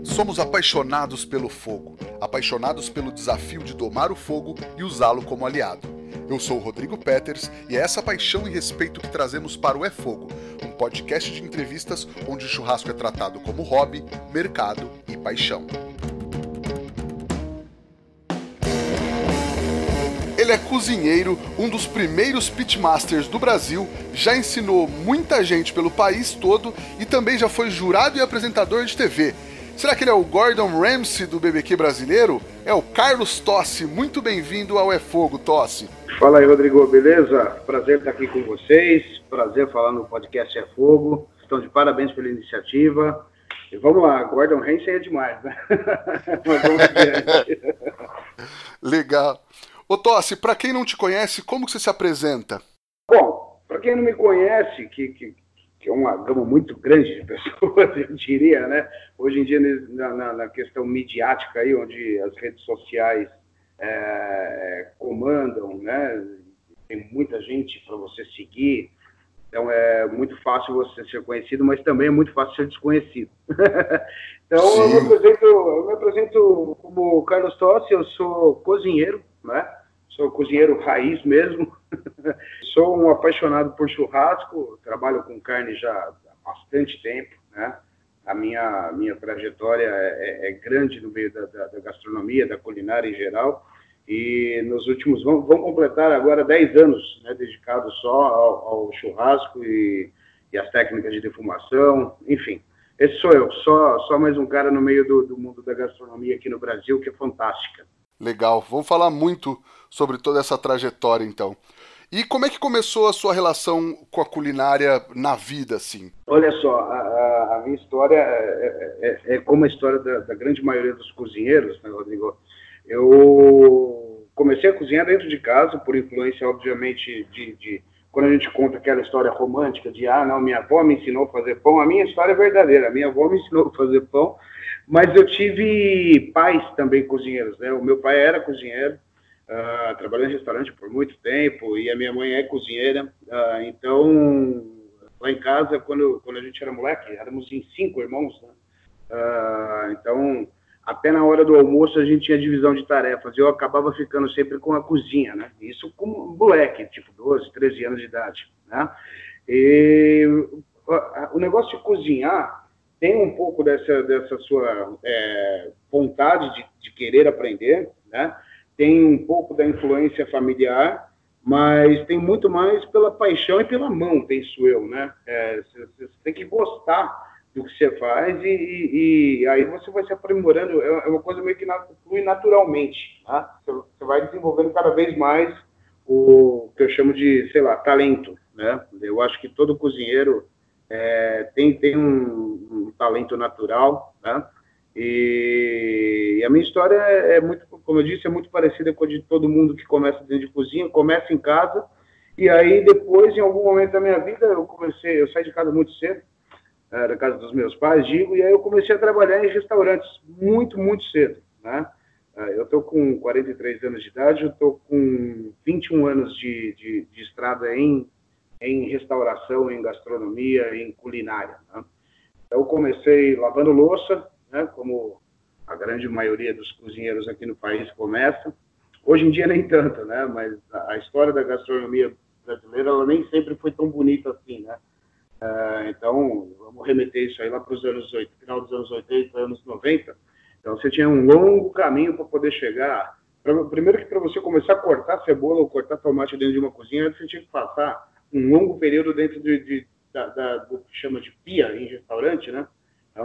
Somos apaixonados pelo fogo, apaixonados pelo desafio de domar o fogo e usá-lo como aliado. Eu sou o Rodrigo Peters e é essa paixão e respeito que trazemos para o É Fogo, um podcast de entrevistas onde o churrasco é tratado como hobby, mercado e paixão. Ele é cozinheiro, um dos primeiros pitmasters do Brasil, já ensinou muita gente pelo país todo e também já foi jurado e apresentador de TV. Será que ele é o Gordon Ramsay do BBQ brasileiro? É o Carlos Tossi. Muito bem-vindo ao É Fogo, Tossi. Fala aí, Rodrigo, beleza? Prazer estar aqui com vocês, prazer falar no podcast É Fogo. Estão de parabéns pela iniciativa. E vamos lá, Gordon Ramsay é demais, né? Mas vamos adiante. Legal. Ô Tossi, para quem não te conhece, como que você se apresenta? Bom, para quem não me conhece, que é uma gama muito grande de pessoas, eu diria, né? Hoje em dia, na questão midiática, aí, onde as redes sociais comandam, né? Tem muita gente para você seguir, então é muito fácil você ser conhecido, mas também é muito fácil ser desconhecido. Então, eu me apresento como Carlos Tossi, eu sou cozinheiro, né? Sou cozinheiro raiz mesmo, sou um apaixonado por churrasco, trabalho com carne já há bastante tempo, né? A minha trajetória é grande no meio da gastronomia, da culinária em geral, e nos últimos, vamos completar agora 10 anos, né, dedicados só ao churrasco e as técnicas de defumação, enfim. Esse sou eu, só mais um cara no meio do mundo da gastronomia aqui no Brasil, que é fantástica. Legal, vamos falar muito sobre toda essa trajetória, então. E como é que começou a sua relação com a culinária na vida, assim? Olha só, a minha história é como a história da grande maioria dos cozinheiros, né, Rodrigo? Eu comecei a cozinhar dentro de casa, por influência, obviamente, de quando a gente conta aquela história romântica de, não, minha avó me ensinou a fazer pão. A minha história é verdadeira, a minha avó me ensinou a fazer pão, mas eu tive pais também cozinheiros, né? O meu pai era cozinheiro, trabalhou em restaurante por muito tempo, e a minha mãe é cozinheira. Então, lá em casa, quando a gente era moleque, éramos em 5 irmãos, né? Então, até na hora do almoço a gente tinha divisão de tarefas, eu acabava ficando sempre com a cozinha, né? Isso como moleque, tipo 12, 13 anos de idade, né? E o negócio de cozinhar tem um pouco dessa sua vontade de querer aprender, né? Tem um pouco da influência familiar, mas tem muito mais pela paixão e pela mão, penso eu, né? Você tem que gostar do que você faz e aí você vai se aprimorando, é uma coisa meio que flui naturalmente, tá? Você vai desenvolvendo cada vez mais o que eu chamo de, sei lá, talento, né? Eu acho que todo cozinheiro tem um talento natural, né? E a minha história é muito, como eu disse, é muito parecida com a de todo mundo que começa dentro de cozinha, começa em casa, e aí depois, em algum momento da minha vida, eu saí de casa muito cedo, da casa dos meus pais, digo, e aí eu comecei a trabalhar em restaurantes muito, muito cedo, né? Eu estou com 43 anos de idade, eu estou com 21 anos de estrada em restauração, em gastronomia, em culinária, né? Eu comecei lavando louça, né, como a grande maioria dos cozinheiros aqui no país começa. Hoje em dia nem tanto, né? Mas a história da gastronomia brasileira, ela nem sempre foi tão bonita assim, né? Então, vamos remeter isso aí lá para os anos 80, final dos anos 80, anos 90. Então, você tinha um longo caminho para poder chegar. Primeiro que para você começar a cortar cebola ou cortar tomate dentro de uma cozinha, você tinha que passar um longo período dentro do que chama de pia em restaurante, né? Então,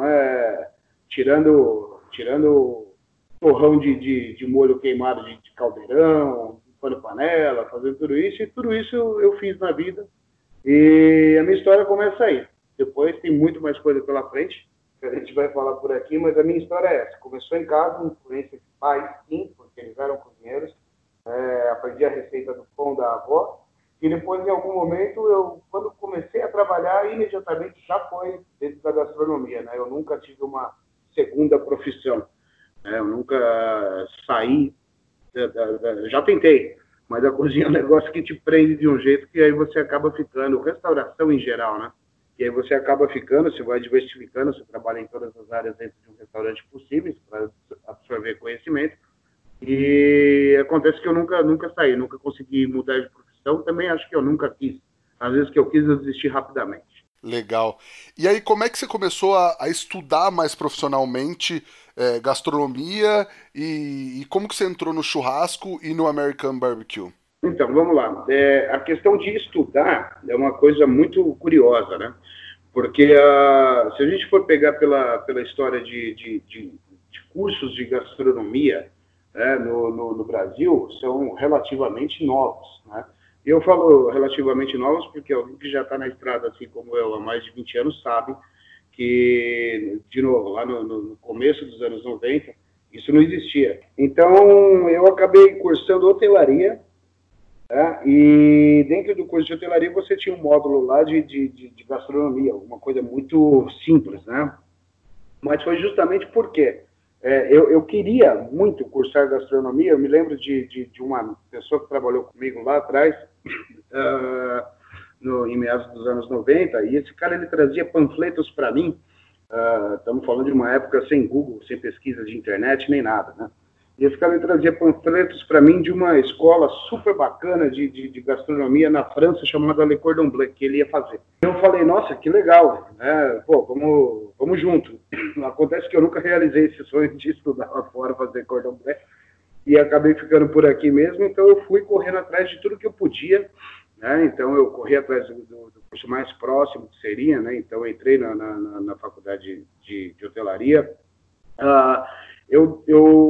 tirando torrão de molho queimado de caldeirão, pano panela, fazendo tudo isso, e tudo isso eu fiz na vida. E a minha história começa aí. Depois tem muito mais coisa pela frente, que a gente vai falar por aqui, mas a minha história é essa. Começou em casa, influência de pais, sim, porque eles eram cozinheiros. Aprendi a receita do pão da avó. E depois, em algum momento, quando comecei a trabalhar, imediatamente já foi dentro da gastronomia, né? Eu nunca tive uma segunda profissão, né? Eu nunca saí, já tentei, mas a cozinha é um negócio que te prende de um jeito que aí você acaba ficando, restauração em geral, né? E aí você acaba ficando, você vai diversificando, você trabalha em todas as áreas dentro de um restaurante possíveis para absorver conhecimento. E acontece que eu nunca saí, nunca consegui mudar de profissão, também acho que eu nunca quis. Às vezes que eu quis, eu desisti rapidamente. Legal. E aí, como é que você começou a estudar mais profissionalmente gastronomia e como que você entrou no churrasco e no American Barbecue? Então, vamos lá. A questão de estudar é uma coisa muito curiosa, né? Porque se a gente for pegar pela história de cursos de gastronomia, né, no Brasil, são relativamente novos, né? Eu falo relativamente novos porque alguém que já está na estrada, assim como eu, há mais de 20 anos, sabe que, de novo, lá no começo dos anos 90, isso não existia. Então, eu acabei cursando hotelaria, né? E dentro do curso de hotelaria você tinha um módulo lá de gastronomia, uma coisa muito simples, né? Mas foi justamente porque eu queria muito cursar gastronomia. Eu me lembro de uma pessoa que trabalhou comigo lá atrás, em meados dos anos 90, e esse cara ele trazia panfletos para mim. Estamos falando de uma época sem Google, sem pesquisa de internet, nem nada, né? E esse cara trazia panfletos para mim de uma escola super bacana de gastronomia na França, chamada Le Cordon Bleu, que ele ia fazer. Eu falei, nossa, que legal, né? Pô, vamos junto. Acontece que eu nunca realizei esse sonho de estudar lá fora, fazer Cordon Bleu, e acabei ficando por aqui mesmo, então eu fui correndo atrás de tudo que eu podia, né? Então eu corri atrás do curso mais próximo que seria, né? Então eu entrei na faculdade de hotelaria. Eu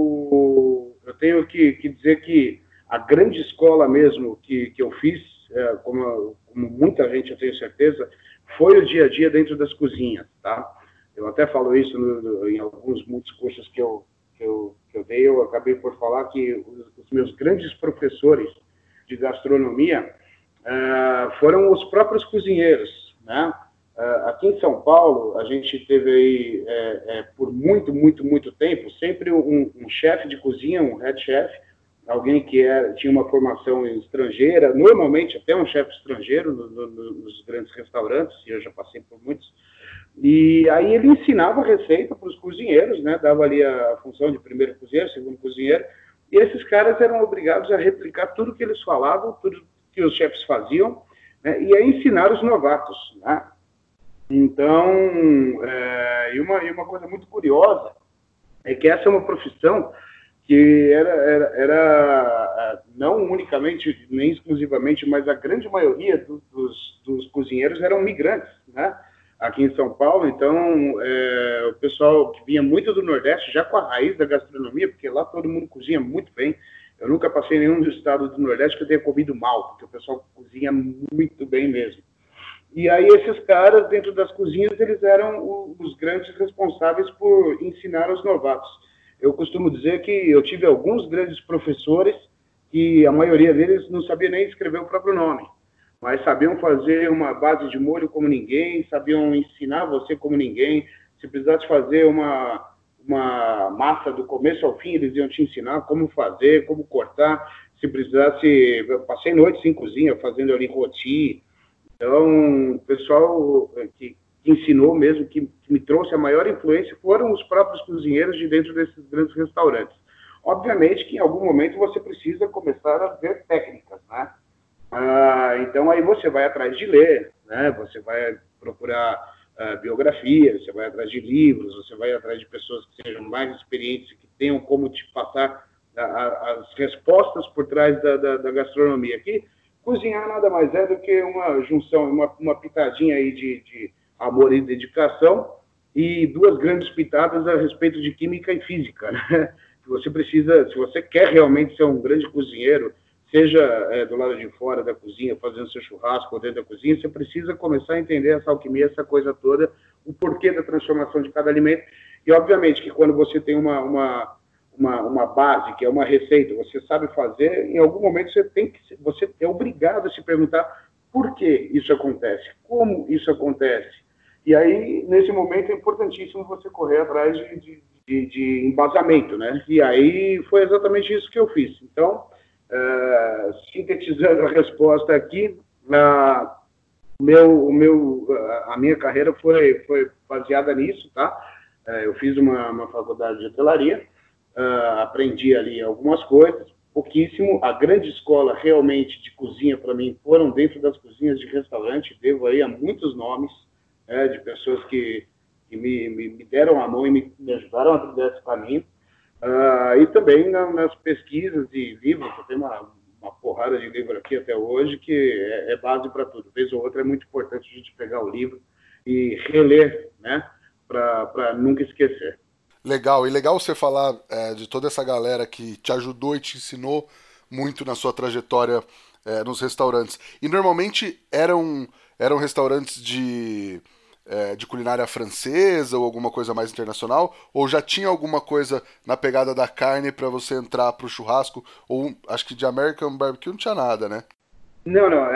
tenho que dizer que a grande escola mesmo que eu fiz, como muita gente, eu tenho certeza, foi o dia a dia dentro das cozinhas, tá? Eu até falo isso em muitos cursos que eu dei, eu acabei por falar que os meus grandes professores de gastronomia foram os próprios cozinheiros, né? Aqui em São Paulo, a gente teve aí, por muito tempo, sempre um chefe de cozinha, um head chef, alguém que tinha uma formação estrangeira, normalmente até um chefe estrangeiro nos grandes restaurantes, e eu já passei por muitos. E aí ele ensinava a receita para os cozinheiros, né? Dava ali a função de primeiro cozinheiro, segundo cozinheiro, e esses caras eram obrigados a replicar tudo que eles falavam, tudo que os chefes faziam, né? E a ensinar os novatos, né? Então, e uma coisa muito curiosa é que essa é uma profissão que era não unicamente, nem exclusivamente, mas a grande maioria dos cozinheiros eram migrantes, né? Aqui em São Paulo. Então, o pessoal que vinha muito do Nordeste, já com a raiz da gastronomia, porque lá todo mundo cozinha muito bem. Eu nunca passei em nenhum dos estados do Nordeste que eu tenha comido mal, porque o pessoal cozinha muito bem mesmo. E aí esses caras, dentro das cozinhas, eles eram os grandes responsáveis por ensinar os novatos. Eu costumo dizer que eu tive alguns grandes professores que a maioria deles não sabia nem escrever o próprio nome, mas sabiam fazer uma base de molho como ninguém, sabiam ensinar você como ninguém. Se precisasse fazer uma massa do começo ao fim, eles iam te ensinar como fazer, como cortar. Se precisasse, eu passei noites em cozinha fazendo ali roti. Então, o pessoal que ensinou mesmo, que me trouxe a maior influência, foram os próprios cozinheiros de dentro desses grandes restaurantes. Obviamente que em algum momento você precisa começar a ver técnicas, né? Então aí você vai atrás de ler, né? Você vai procurar biografias, você vai atrás de livros, você vai atrás de pessoas que sejam mais experientes, que tenham como te passar as respostas por trás da gastronomia. Aqui, cozinhar nada mais é do que uma junção, uma pitadinha aí de amor e dedicação e duas grandes pitadas a respeito de química e física, né? Você precisa, se você quer realmente ser um grande cozinheiro, seja do lado de fora da cozinha, fazendo seu churrasco ou dentro da cozinha, você precisa começar a entender essa alquimia, essa coisa toda, o porquê da transformação de cada alimento. E, obviamente, que quando você tem uma base, que é uma receita, você sabe fazer, em algum momento você é obrigado a se perguntar por que isso acontece, como isso acontece. E aí, nesse momento, é importantíssimo você correr atrás de embasamento, né? E aí foi exatamente isso que eu fiz. Então, sintetizando a resposta aqui, A minha carreira foi baseada nisso, tá? Eu fiz uma faculdade de hotelaria, aprendi ali algumas coisas, pouquíssimo. A grande escola realmente de cozinha para mim foram dentro das cozinhas de restaurante. Devo aí a muitos nomes de pessoas que me deram a mão e me ajudaram a trilhar esse caminho. E também nas pesquisas e livros, eu tenho uma porrada de livro aqui até hoje que é base para tudo. Vez ou outra é muito importante a gente pegar o livro e reler, né, para nunca esquecer. Legal, e legal você falar de toda essa galera que te ajudou e te ensinou muito na sua trajetória nos restaurantes. E normalmente eram restaurantes de culinária francesa ou alguma coisa mais internacional? Ou já tinha alguma coisa na pegada da carne para você entrar pro churrasco? Ou acho que de American Barbecue não tinha nada, né? Não, não.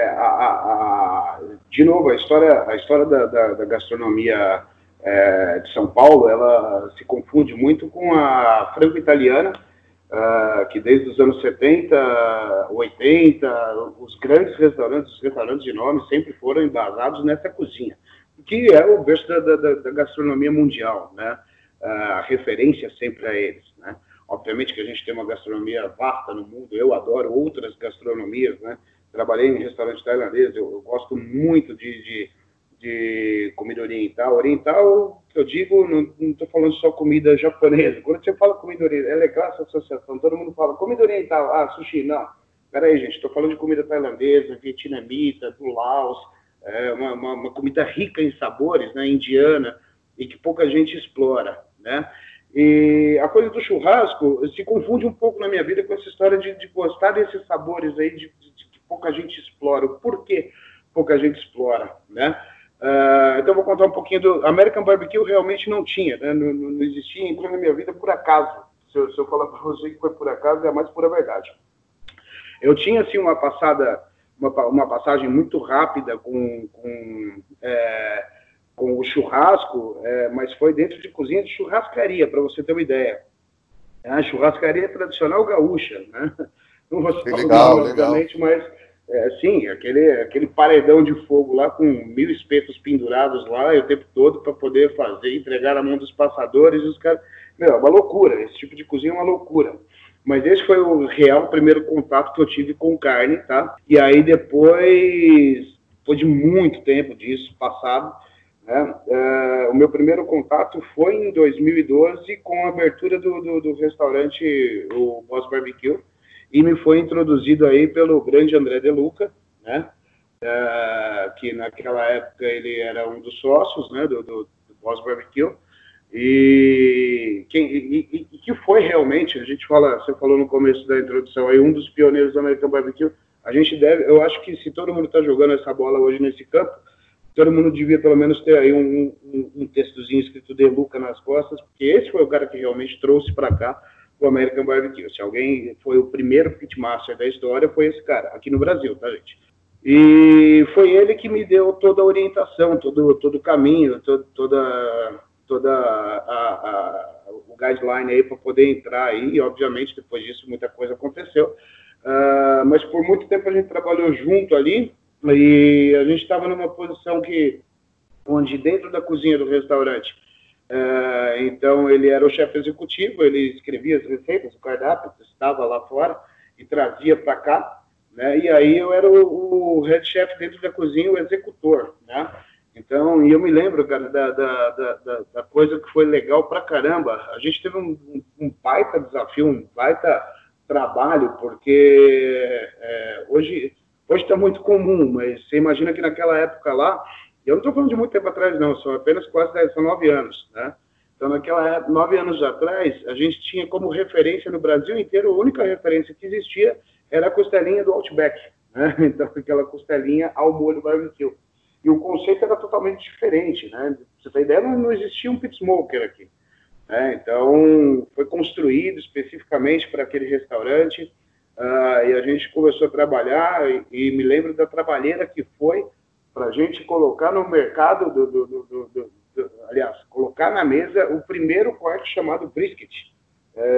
De novo, a história da gastronomia de São Paulo, ela se confunde muito com a franco-italiana, que desde os anos 70, 80, os grandes restaurantes, os restaurantes de nome, sempre foram embasados nessa cozinha, que é o berço da gastronomia mundial, né? A referência sempre a eles, né? Obviamente que a gente tem uma gastronomia vasta no mundo, eu adoro outras gastronomias, né? Trabalhei em restaurante tailandês, eu gosto muito de comida oriental. Oriental, eu digo, não estou falando só comida japonesa. Quando você fala comida oriental, é legal essa associação, todo mundo fala comida oriental, sushi, não. Peraí, gente, estou falando de comida tailandesa, vietnamita, do Laos, uma comida rica em sabores, né, indiana, e que pouca gente explora, né? E a coisa do churrasco se confunde um pouco na minha vida com essa história de gostar desses sabores aí de que pouca gente explora. O porquê pouca gente explora, né? Então eu vou contar um pouquinho do American Barbecue. Realmente não tinha, né? Não existia, entrou na minha vida por acaso. Se eu falar para você que foi por acaso, é a mais pura verdade. Eu tinha assim uma passagem muito rápida com o churrasco, mas foi dentro de cozinha de churrascaria, para você ter uma ideia. A churrascaria tradicional gaúcha, né? Não vou falar o nome, obviamente, mas sim, aquele paredão de fogo lá com 1000 espetos pendurados lá o tempo todo para poder fazer, entregar na mão dos passadores, e os caras... Meu, é uma loucura, esse tipo de cozinha é uma loucura. Mas esse foi o real primeiro contato que eu tive com carne, tá? E aí depois, de muito tempo disso, passado, né? O meu primeiro contato foi em 2012 com a abertura do restaurante, o Boss Barbecue, e me foi introduzido aí pelo grande André De Luca, né? Que naquela época ele era um dos sócios, né, do Boss Barbecue, e que foi realmente, você falou no começo da introdução aí, um dos pioneiros do American Barbecue. Eu acho que se todo mundo está jogando essa bola hoje nesse campo, todo mundo devia pelo menos ter aí um textozinho escrito De Luca nas costas, porque esse foi o cara que realmente trouxe para cá o American Barbecue. Se alguém foi o primeiro pitmaster da história, foi esse cara, aqui no Brasil, tá, gente? E foi ele que me deu toda a orientação, todo o caminho, toda o guideline aí para poder entrar aí, e obviamente depois disso muita coisa aconteceu, mas por muito tempo a gente trabalhou junto ali, e a gente estava numa posição onde dentro da cozinha do restaurante, então ele era o chefe executivo, ele escrevia as receitas, o cardápio, estava lá fora e trazia para cá, né? E aí eu era o head chef dentro da cozinha, o executor, né? Então, e eu me lembro, cara, da coisa que foi legal pra caramba. A gente teve um baita desafio, um baita trabalho, porque hoje está muito comum, mas você imagina que naquela época lá, eu não estou falando de muito tempo atrás, não, são apenas quase 10, são 9 anos, né? Então, naquela época, 9 anos atrás, a gente tinha como referência no Brasil inteiro, a única referência que existia era a costelinha do Outback, né? Então, aquela costelinha ao molho barbecue. E o conceito era totalmente diferente, né? Pra você ter ideia, não existia um pit smoker aqui, né? Então, foi construído especificamente para aquele restaurante, e a gente começou a trabalhar, e me lembro da trabalheira que foi para a gente colocar no mercado, aliás, colocar na mesa o primeiro corte chamado brisket.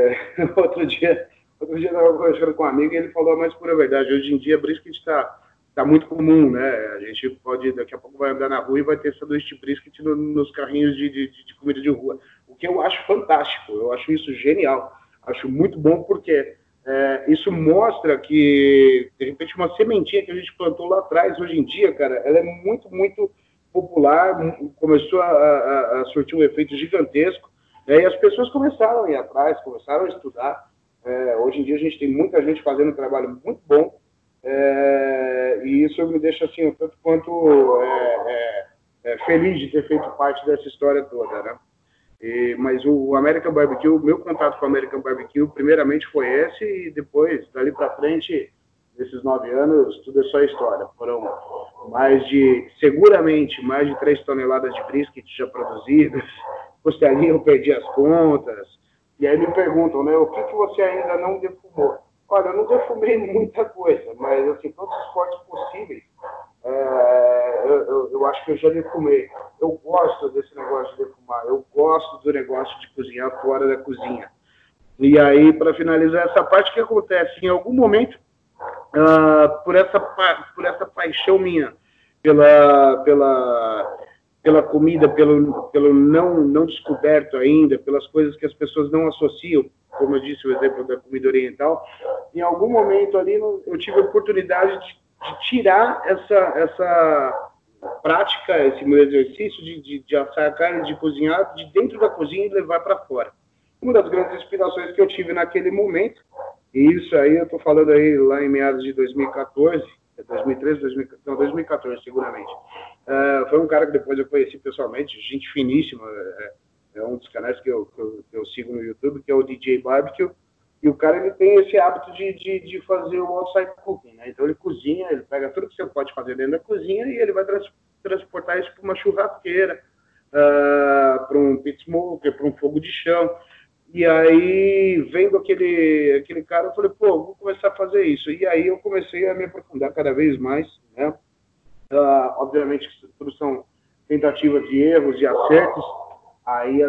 Outro dia eu estava conversando com um amigo e ele falou a mais pura verdade. Hoje em dia, brisket está está muito comum, né? A gente pode, daqui a pouco vai andar na rua e vai ter sanduíche de brisket nos carrinhos de comida de rua. O que eu acho fantástico, eu acho isso genial. Acho muito bom porque isso mostra que, de repente, uma sementinha que a gente plantou lá atrás, hoje em dia, cara, ela é muito, muito popular, começou a surtir um efeito gigantesco, e as pessoas começaram a ir atrás, começaram a estudar. Hoje em dia a gente tem muita gente fazendo um trabalho muito bom, e isso me deixa assim, um tanto quanto feliz de ter feito parte dessa história toda, né? Mas o American Barbecue, o meu contato com o American Barbecue, primeiramente foi esse, e depois, dali para frente, nesses 9 anos, tudo é só história. Foram seguramente, mais de 3 toneladas de brisket já produzidas, costelinha eu perdi as contas, e aí me perguntam, né, o que você ainda não defumou? Olha, eu não defumei muita coisa, mas assim, todos os cortes possíveis, eu acho que eu já defumei. Eu gosto desse negócio de defumar, eu gosto do negócio de cozinhar fora da cozinha. E aí, para finalizar essa parte, o que acontece? Em algum momento, por essa paixão minha pela comida, pelo não descoberto ainda, pelas coisas que as pessoas não associam, como eu disse, o exemplo da comida oriental, em algum momento ali eu tive a oportunidade de tirar essa prática, esse meu exercício de assar a carne, de cozinhar de dentro da cozinha e levar para fora. Uma das grandes inspirações que eu tive naquele momento, e isso aí eu estou falando aí lá em meados de 2014, 2013, 2014 seguramente. Foi um cara que depois eu conheci pessoalmente, gente finíssima, é um dos canais que eu sigo no YouTube, que é o DJ Barbecue, e o cara ele tem esse hábito de fazer o outside cooking, né? Então ele cozinha, ele pega tudo que você pode fazer dentro da cozinha e ele vai transportar isso para uma churrasqueira, para um pit smoker, para um fogo de chão. E aí, vendo aquele cara, eu falei, vou começar a fazer isso. E aí eu comecei a me aprofundar cada vez mais, né? Obviamente, tudo são tentativas de erros e acertos. Aí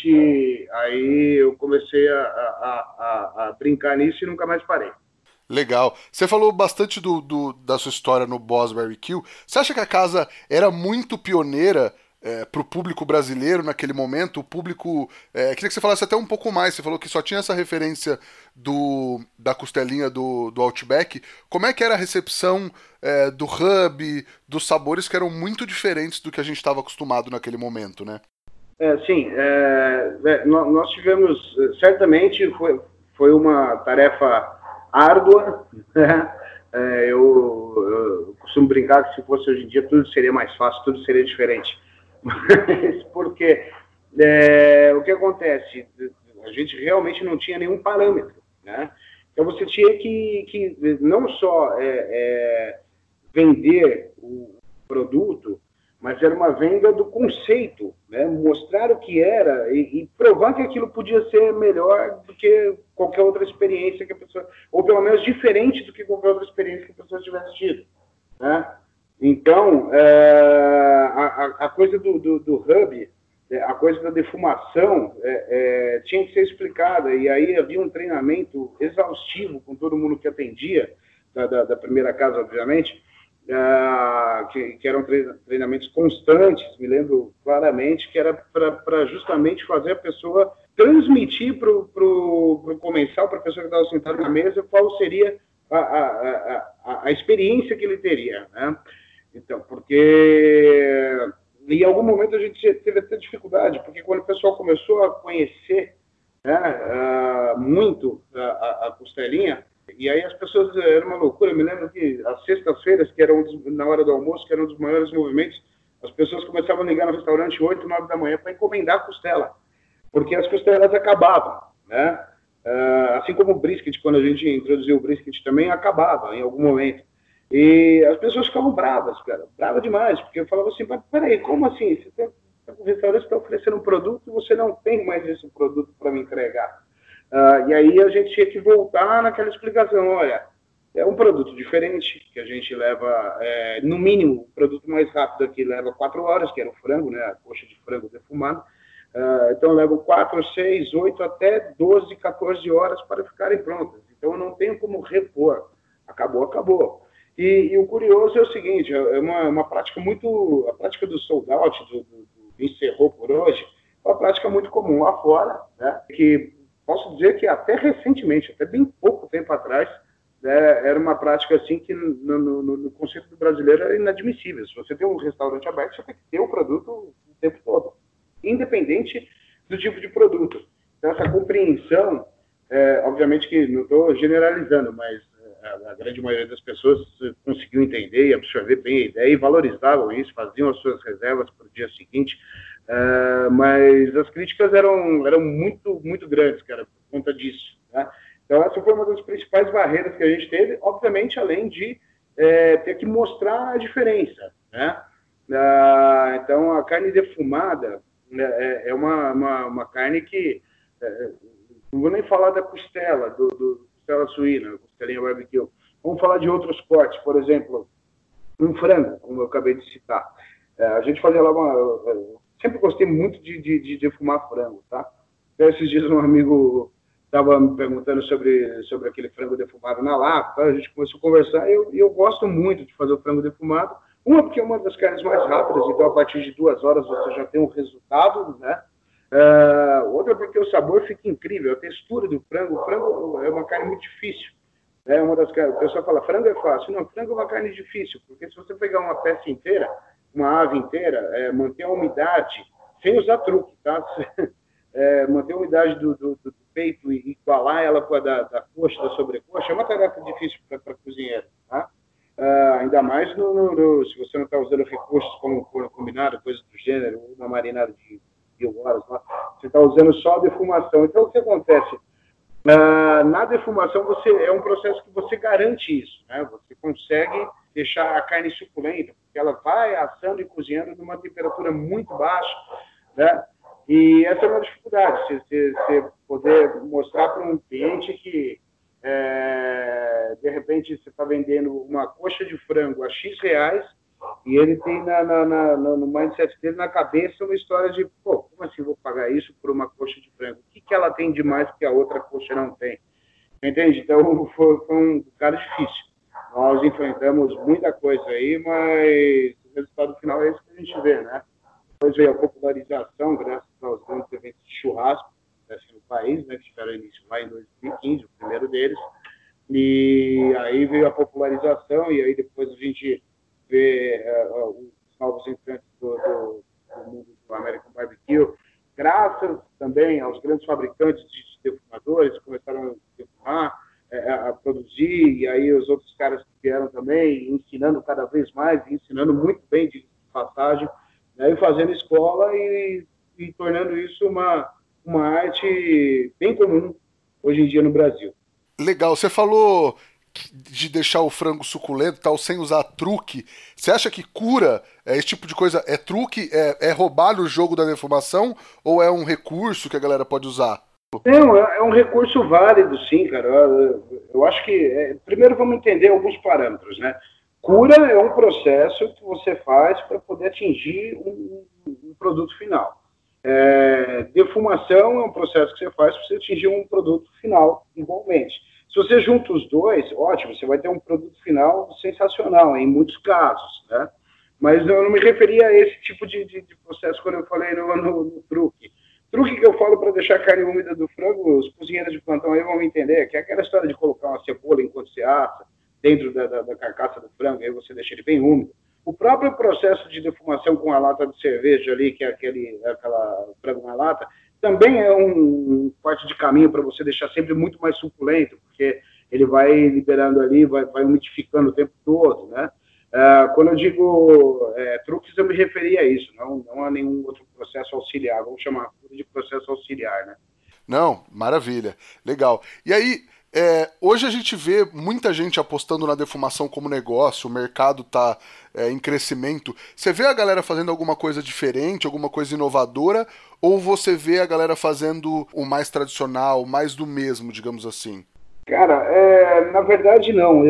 eu comecei a brincar nisso e nunca mais parei. Legal. Você falou bastante da sua história no Boss Barbecue. Você acha que a casa era muito pioneira para o público brasileiro naquele momento? O público... queria que você falasse até um pouco mais. Você falou que só tinha essa referência da costelinha do Outback. Como é que era a recepção do hub, dos sabores que eram muito diferentes do que a gente estava acostumado naquele momento, né? Sim, nós tivemos, certamente foi uma tarefa árdua, né? Eu costumo brincar que se fosse hoje em dia tudo seria mais fácil, tudo seria diferente. Mas porque o que acontece? A gente realmente não tinha nenhum parâmetro, né? Então você tinha que não só vender o produto, mas era uma venda do conceito, né? Mostrar o que era e provar que aquilo podia ser melhor do que qualquer outra experiência que a pessoa, ou pelo menos diferente do que qualquer outra experiência que a pessoa tivesse tido, né? Então, a coisa do hub, a coisa da defumação tinha que ser explicada, e aí havia um treinamento exaustivo com todo mundo que atendia, da primeira casa, obviamente, que eram treinamentos constantes, me lembro claramente, que era para justamente fazer a pessoa transmitir para o comensal, para a pessoa que estava sentada na mesa, qual seria a experiência que ele teria, né? Então, porque em algum momento a gente teve até dificuldade, porque quando o pessoal começou a conhecer, né, muito a costelinha, e aí as pessoas, era uma loucura, eu me lembro que as sextas-feiras, que eram na hora do almoço, que eram um dos maiores movimentos, as pessoas começavam a ligar no restaurante 8, 9 da manhã para encomendar costela, porque as costelas acabavam, né? Assim como o brisket, quando a gente introduziu o brisket também, acabava em algum momento. E as pessoas ficavam bravas, cara, bravas demais, porque eu falava assim, mas peraí, como assim? Você tem um restaurante que está oferecendo um produto e você não tem mais esse produto para me entregar. E aí a gente tinha que voltar naquela explicação, olha, é um produto diferente, que a gente leva, no mínimo, o produto mais rápido aqui leva 4 horas, que era o frango, né, a coxa de frango defumado. Então leva 4, 6, 8, até 12, 14 horas para ficarem prontas. Então eu não tenho como repor. Acabou. E o curioso é o seguinte, é uma prática muito, a prática do sold out, do encerrou por hoje, é uma prática muito comum lá fora, né? Que posso dizer que até recentemente, até bem pouco tempo atrás, né, era uma prática assim que no conceito do brasileiro era inadmissível. Se você tem um restaurante aberto, você tem que ter o produto o tempo todo, independente do tipo de produto. Então, essa compreensão, obviamente que não estou generalizando, mas a grande maioria das pessoas conseguiu entender e absorver bem a ideia e valorizavam isso, faziam as suas reservas para o dia seguinte, mas as críticas eram muito, muito grandes, cara, por conta disso, né? Então, essa foi uma das principais barreiras que a gente teve, obviamente, além de ter que mostrar a diferença, né? Então, a carne defumada é uma carne que... não vou nem falar da costela, do costela suína, costelinha barbecue. Vamos falar de outros cortes, por exemplo, um frango, como eu acabei de citar. A gente fazia lá sempre gostei muito de defumar frango, tá? Então, esses dias um amigo estava me perguntando sobre aquele frango defumado na lata, a gente começou a conversar e eu gosto muito de fazer o frango defumado. Uma, porque é uma das carnes mais rápidas, então a partir de 2 horas você já tem um resultado, né? Outra, porque o sabor fica incrível, a textura do frango. O frango é uma carne muito difícil. Uma das carnes, o pessoal fala, frango é fácil. Não, frango é uma carne difícil, porque se você pegar uma peça inteira, uma ave inteira, manter a umidade, sem usar truque, tá? Manter a umidade do peito e igualar ela com a da coxa, da sobrecoxa, é uma tarefa difícil para cozinheiro, tá? Ainda mais se você não está usando recursos como forno combinado, coisa do gênero, uma marinada de 1.000 horas lá, você está usando só a defumação. Então, o que acontece? Na defumação, é um processo que você garante isso, né? Você consegue deixar a carne suculenta, porque ela vai assando e cozinhando numa temperatura muito baixa, né? E essa é uma dificuldade, você poder mostrar para um cliente que, de repente, você está vendendo uma coxa de frango a X reais e ele tem no mindset dele, na cabeça, uma história de, pô, como assim vou pagar isso por uma coxa de frango? O que ela tem de mais que a outra coxa não tem? Entende? Então, foi um cara difícil. Nós enfrentamos muita coisa aí, mas o resultado final é esse que a gente vê, né? Depois veio a popularização, graças aos grandes eventos de churrasco no país, né, que tiveram início lá em 2015, o primeiro deles. E aí veio a popularização, e aí depois a gente vê os novos entrantes do mundo do American Barbecue, graças também aos grandes fabricantes de defumadores, começaram a defumar, a produzir, e aí os outros caras que vieram também, ensinando cada vez mais, ensinando muito bem de passagem, né, e fazendo escola e tornando isso uma arte bem comum hoje em dia no Brasil. Legal, você falou de deixar o frango suculento e tal, sem usar truque. Você acha que cura esse tipo de coisa? É truque? É roubar o jogo da defumação? Ou é um recurso que a galera pode usar? Não, é um recurso válido, sim, cara. Eu acho que... primeiro vamos entender alguns parâmetros, né? Cura é um processo que você faz para poder atingir um produto final. Defumação é um processo que você faz para você atingir um produto final igualmente. Se você junta os dois, ótimo, você vai ter um produto final sensacional, em muitos casos, né? Mas eu não me referia a esse tipo de processo quando eu falei no truque. Truque que eu falo para deixar a carne úmida do frango, os cozinheiros de plantão aí vão me entender, que é aquela história de colocar uma cebola enquanto você assa, dentro da carcaça do frango, aí você deixa ele bem úmido. O próprio processo de defumação com a lata de cerveja ali, que é aquela frango na lata, também é um parte de caminho para você deixar sempre muito mais suculento, porque ele vai liberando ali, vai umidificando o tempo todo, né? Quando eu digo truques, eu me referia a isso, não a nenhum outro processo auxiliar, vamos chamar de processo auxiliar, né? Não, maravilha, legal. E aí, hoje a gente vê muita gente apostando na defumação como negócio, o mercado está em crescimento. Você vê a galera fazendo alguma coisa diferente, alguma coisa inovadora, ou você vê a galera fazendo o mais tradicional, mais do mesmo, digamos assim? Cara, na verdade não.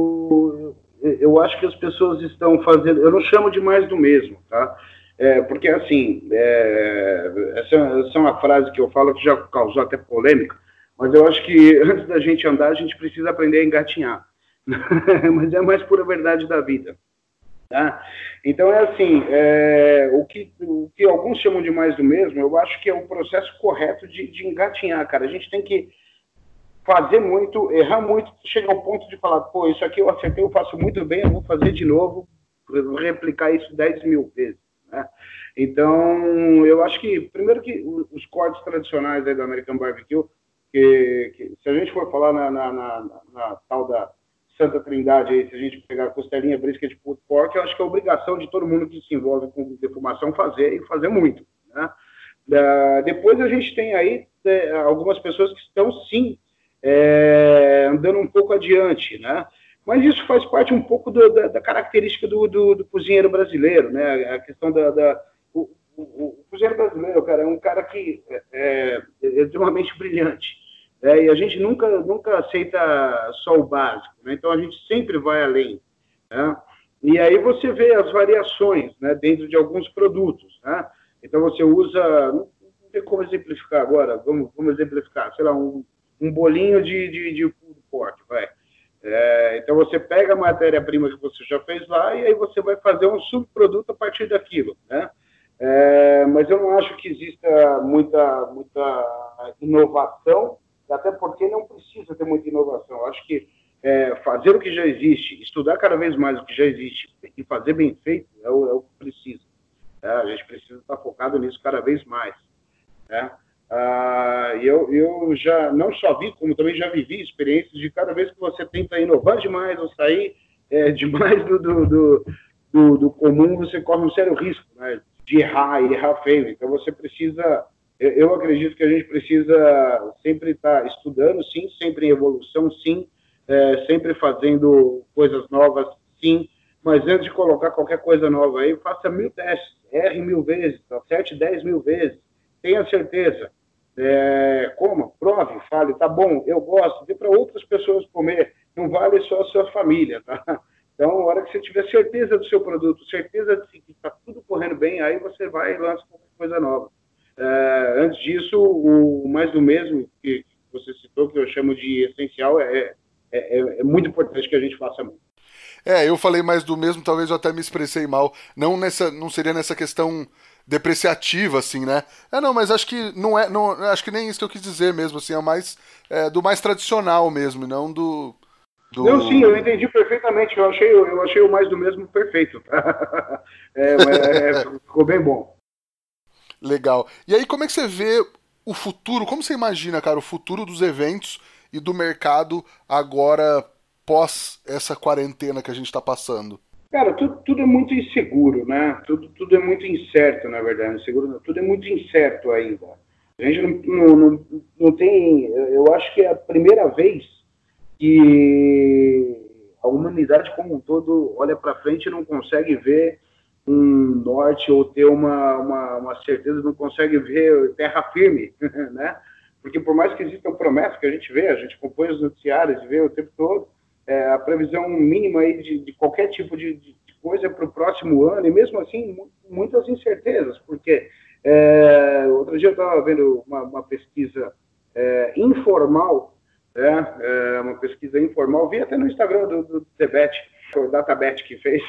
Eu acho que as pessoas estão fazendo... Eu não chamo de mais do mesmo, tá? Porque, assim, essa é uma frase que eu falo que já causou até polêmica, mas eu acho que antes da gente andar, a gente precisa aprender a engatinhar. Mas é a mais pura verdade da vida. Tá? Então é assim, o que alguns chamam de mais do mesmo, eu acho que é o processo correto de engatinhar, cara. A gente tem que fazer muito, errar muito, chegar ao ponto de falar, pô, isso aqui eu acertei, eu faço muito bem, eu vou fazer de novo, vou replicar isso 10 mil vezes. Né? Então, eu acho que, primeiro que os cortes tradicionais aí do American Barbecue, que se a gente for falar na tal da Santa Trindade aí, se a gente pegar costelinha, brisket, pulled pork, eu acho que é obrigação de todo mundo que se envolve com defumação fazer, e fazer muito. Né? Depois a gente tem aí algumas pessoas que estão, sim, andando um pouco adiante, né? Mas isso faz parte um pouco da característica do cozinheiro brasileiro, né? A questão o cozinheiro brasileiro, cara, é um cara que é extremamente brilhante. E a gente nunca aceita só o básico, né? Então a gente sempre vai além. Né? E aí você vê as variações, né, dentro de alguns produtos. Né? Então você usa, não tem como exemplificar agora, vamos exemplificar, sei lá, um bolinho de pork, vai. Então você pega a matéria-prima que você já fez lá e aí você vai fazer um subproduto a partir daquilo, né? Mas eu não acho que exista muita inovação, até porque não precisa ter muita inovação. Eu acho que fazer o que já existe, estudar cada vez mais o que já existe e fazer bem feito é o que precisa. A gente precisa estar focado nisso cada vez mais. Né? Eu já não só vi, como também já vivi experiências de cada vez que você tenta inovar demais ou sair demais do comum, você corre um sério risco, né, de errar e errar feio. Então você precisa, eu acredito que a gente precisa sempre estar estudando, sim, sempre em evolução, sim, sempre fazendo coisas novas, sim, mas antes de colocar qualquer coisa nova aí, faça 1000 testes, erre 1000 vezes, acerte 10 mil vezes, tenha certeza. Coma, prove, fale, tá bom, eu gosto, dê para outras pessoas comer, não vale só a sua família, tá? Então, a hora que você tiver certeza do seu produto, certeza de que está tudo correndo bem, aí você vai e lança qualquer coisa nova. Antes disso, o mais do mesmo que você citou, que eu chamo de essencial, é muito importante que a gente faça muito. Eu falei mais do mesmo, talvez eu até me expressei mal. Não seria nessa questão depreciativa, assim, né? Não, mas acho que acho que nem isso que eu quis dizer mesmo, assim, é mais do mais tradicional mesmo, não do... Não, sim, eu entendi perfeitamente. Eu achei o mais do mesmo perfeito. Ficou bem bom. Legal. E aí, como é que você vê o futuro? Como você imagina, cara, o futuro dos eventos e do mercado agora pós essa quarentena que a gente está passando? Cara, tudo é muito inseguro, né? Tudo é muito incerto, na verdade. Inseguro, não. Tudo é muito incerto ainda. A gente não tem... Eu acho que é a primeira vez que a humanidade como um todo olha para frente e não consegue ver um norte ou ter uma certeza, não consegue ver terra firme, né? Porque por mais que existam promessas que a gente vê, a gente acompanha os noticiários e vê o tempo todo, a previsão mínima aí de qualquer tipo de coisa para o próximo ano, e mesmo assim muitas incertezas, porque outro dia eu estava vendo uma pesquisa informal, uma pesquisa informal, vi até no Instagram do Tebet, foi o Databet que fez.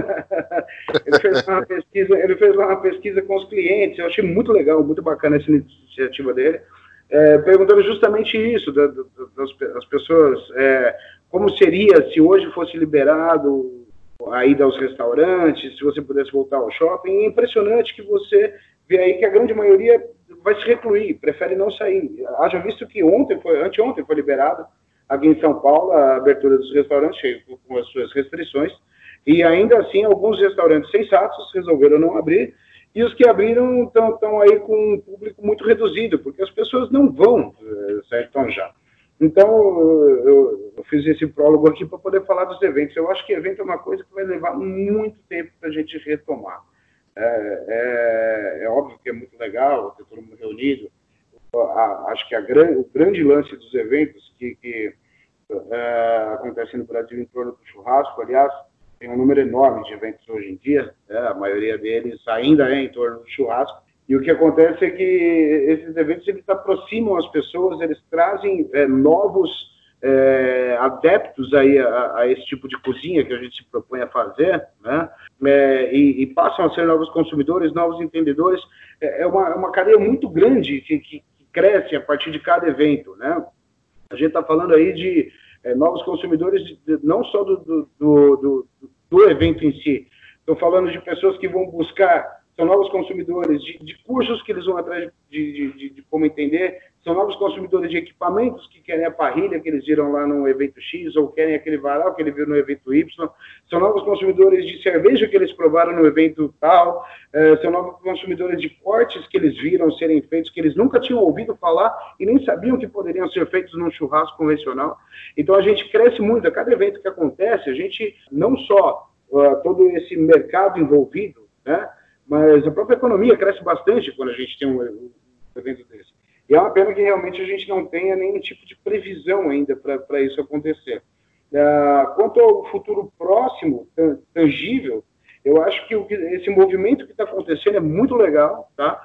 Ele fez lá uma pesquisa com os clientes, eu achei muito legal, muito bacana essa iniciativa dele, perguntando justamente isso, das pessoas, como seria se hoje fosse liberado a ida aos restaurantes, se você pudesse voltar ao shopping. É impressionante que você vê aí que a grande maioria vai se recluir, prefere não sair. Haja visto que anteontem foi liberado aqui em São Paulo a abertura dos restaurantes, com as suas restrições, e ainda assim alguns restaurantes sensatos resolveram não abrir, e os que abriram estão aí com um público muito reduzido, porque as pessoas não vão sair tão já. Então, eu fiz esse prólogo aqui para poder falar dos eventos. Eu acho que evento é uma coisa que vai levar muito tempo para a gente retomar. É óbvio que é muito legal ter todo mundo reunido. Acho que o grande lance dos eventos que acontece no Brasil em torno do churrasco, aliás, tem um número enorme de eventos hoje em dia, a maioria deles ainda é em torno do churrasco, e o que acontece é que esses eventos eles aproximam as pessoas, eles trazem novos adeptos aí a esse tipo de cozinha que a gente se propõe a fazer, né? E passam a ser novos consumidores, novos entendedores. É uma cadeia muito grande que cresce a partir de cada evento, né? A gente está falando aí de novos consumidores, não só do evento em si. Estou falando de pessoas que vão buscar, são novos consumidores de cursos que eles vão atrás de como entender, são novos consumidores de equipamentos que querem a parrilha que eles viram lá no evento X, ou querem aquele varal que ele viu no evento Y, são novos consumidores de cerveja que eles provaram no evento tal, são novos consumidores de cortes que eles viram serem feitos, que eles nunca tinham ouvido falar e nem sabiam que poderiam ser feitos num churrasco convencional. Então a gente cresce muito, a cada evento que acontece, a gente não só todo esse mercado envolvido, né, mas a própria economia cresce bastante quando a gente tem um evento desse. E é uma pena que realmente a gente não tenha nenhum tipo de previsão ainda para isso acontecer. Quanto ao futuro próximo, tangível, eu acho que esse movimento que está acontecendo é muito legal, tá?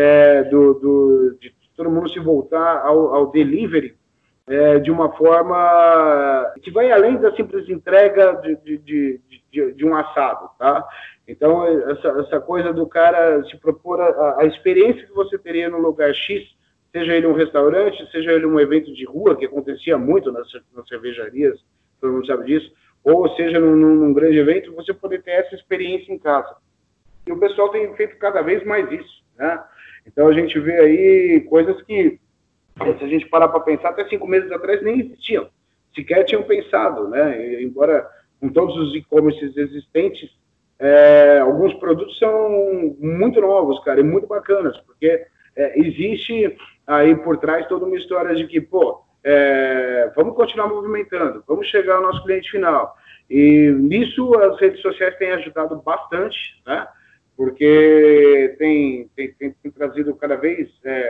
De todo mundo se voltar ao delivery de uma forma que vai além da simples entrega de um assado, tá? Então, essa coisa do cara se propor a experiência que você teria no lugar X, seja ele um restaurante, seja ele um evento de rua, que acontecia muito nas cervejarias, todo mundo sabe disso, ou seja num grande evento, você poder ter essa experiência em casa. E o pessoal tem feito cada vez mais isso, né? Então a gente vê aí coisas que, se a gente parar para pensar, até 5 meses atrás nem existiam, sequer tinham pensado, né? E, embora com todos os e-commerces existentes, alguns produtos são muito novos, cara, e muito bacanas, porque existe aí por trás toda uma história de que, vamos continuar movimentando, vamos chegar ao nosso cliente final. E nisso as redes sociais têm ajudado bastante, né? Porque tem trazido cada vez...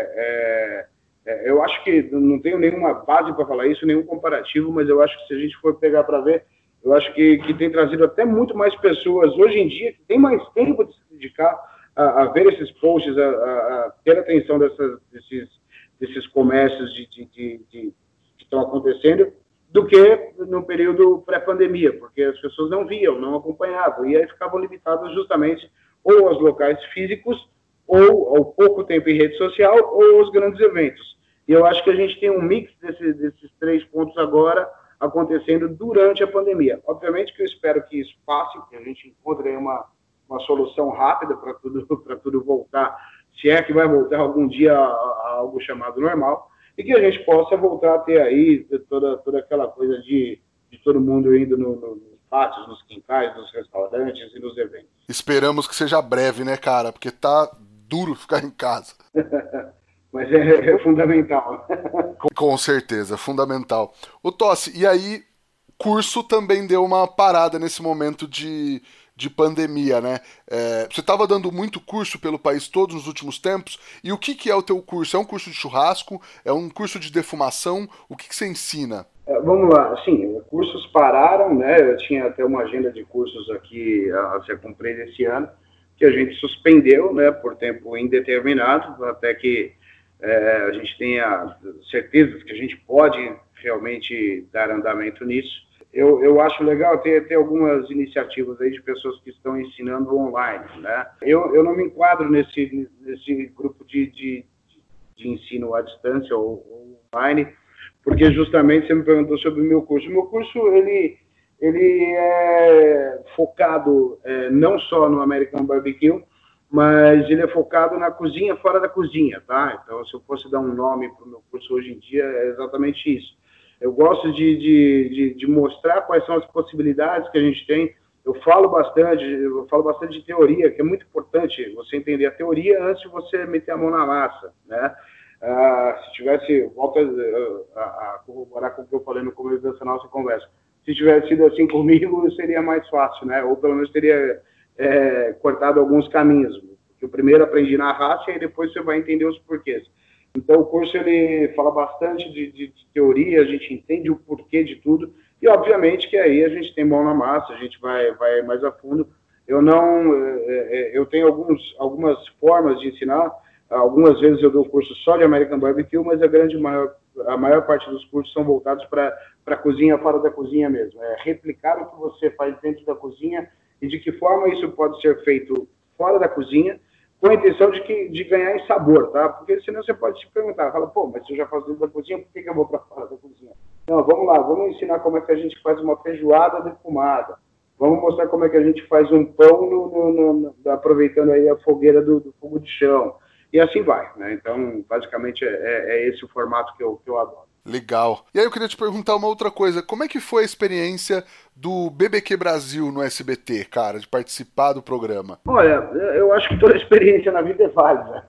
eu acho que não tenho nenhuma base para falar isso, nenhum comparativo, mas eu acho que se a gente for pegar para ver, eu acho que tem trazido até muito mais pessoas hoje em dia que tem mais tempo de se dedicar a ver esses posts, a ter atenção desses comércios que estão acontecendo, do que no período pré-pandemia, porque as pessoas não viam, não acompanhavam, e aí ficavam limitadas justamente ou aos locais físicos, ou ao pouco tempo em rede social, ou aos grandes eventos. E eu acho que a gente tem um mix desses 3 pontos agora acontecendo durante a pandemia. Obviamente que eu espero que isso passe, que a gente encontre aí uma solução rápida para tudo voltar, se é que vai voltar algum dia a algo chamado normal, e que a gente possa voltar a ter aí toda aquela coisa de todo mundo indo nos pátios, nos quintais, nos restaurantes e nos eventos. Esperamos que seja breve, né, cara? Porque tá duro ficar em casa. Mas é fundamental. Com certeza, fundamental. Ô Tossi, e aí, curso também deu uma parada nesse momento de pandemia, né? Você estava dando muito curso pelo país todo nos últimos tempos, e o que é o teu curso? É um curso de churrasco? É um curso de defumação? O que você ensina? Vamos lá, sim, cursos pararam, né? Eu tinha até uma agenda de cursos aqui a ser cumprida esse ano, que a gente suspendeu, né, por tempo indeterminado, até que a gente tenha certezas que a gente pode realmente dar andamento nisso. Eu acho legal ter algumas iniciativas aí de pessoas que estão ensinando online, né? Eu não me enquadro nesse grupo de ensino à distância ou online, porque justamente você me perguntou sobre o meu curso. O meu curso, ele é focado não só no American Barbecue, mas ele é focado na cozinha fora da cozinha, tá? Então, se eu fosse dar um nome para o meu curso hoje em dia, é exatamente isso. Eu gosto de mostrar quais são as possibilidades que a gente tem. Eu falo bastante de teoria, que é muito importante você entender a teoria antes de você meter a mão na massa, né? Se tivesse, volta a corroborar com o que eu falei no começo dessa nossa conversa, se tivesse sido assim comigo, seria mais fácil, né? Ou pelo menos teria cortado alguns caminhos. Porque eu primeiro aprendi na raça e depois você vai entender os porquês. Então, o curso ele fala bastante de teoria, a gente entende o porquê de tudo, e obviamente que aí a gente tem mão na massa, a gente vai mais a fundo. Eu tenho algumas formas de ensinar, algumas vezes eu dou curso só de American Barbecue, mas a grande maior a maior parte dos cursos são voltados para a cozinha, fora da cozinha mesmo. É replicar o que você faz dentro da cozinha e de que forma isso pode ser feito fora da cozinha, com a intenção de ganhar em sabor, tá? Porque senão você pode se perguntar, fala, pô, mas se eu já faço dentro da cozinha, por que eu vou para fora da cozinha? Não, vamos lá, vamos ensinar como é que a gente faz uma feijoada defumada. Vamos mostrar como é que a gente faz um pão aproveitando aí a fogueira do fogo de chão. E assim vai, né? Então, basicamente, é esse o formato que eu adoro. Legal. E aí eu queria te perguntar uma outra coisa. Como é que foi a experiência do BBQ Brasil no SBT, cara, de participar do programa? Olha, eu acho que toda experiência na vida é válida.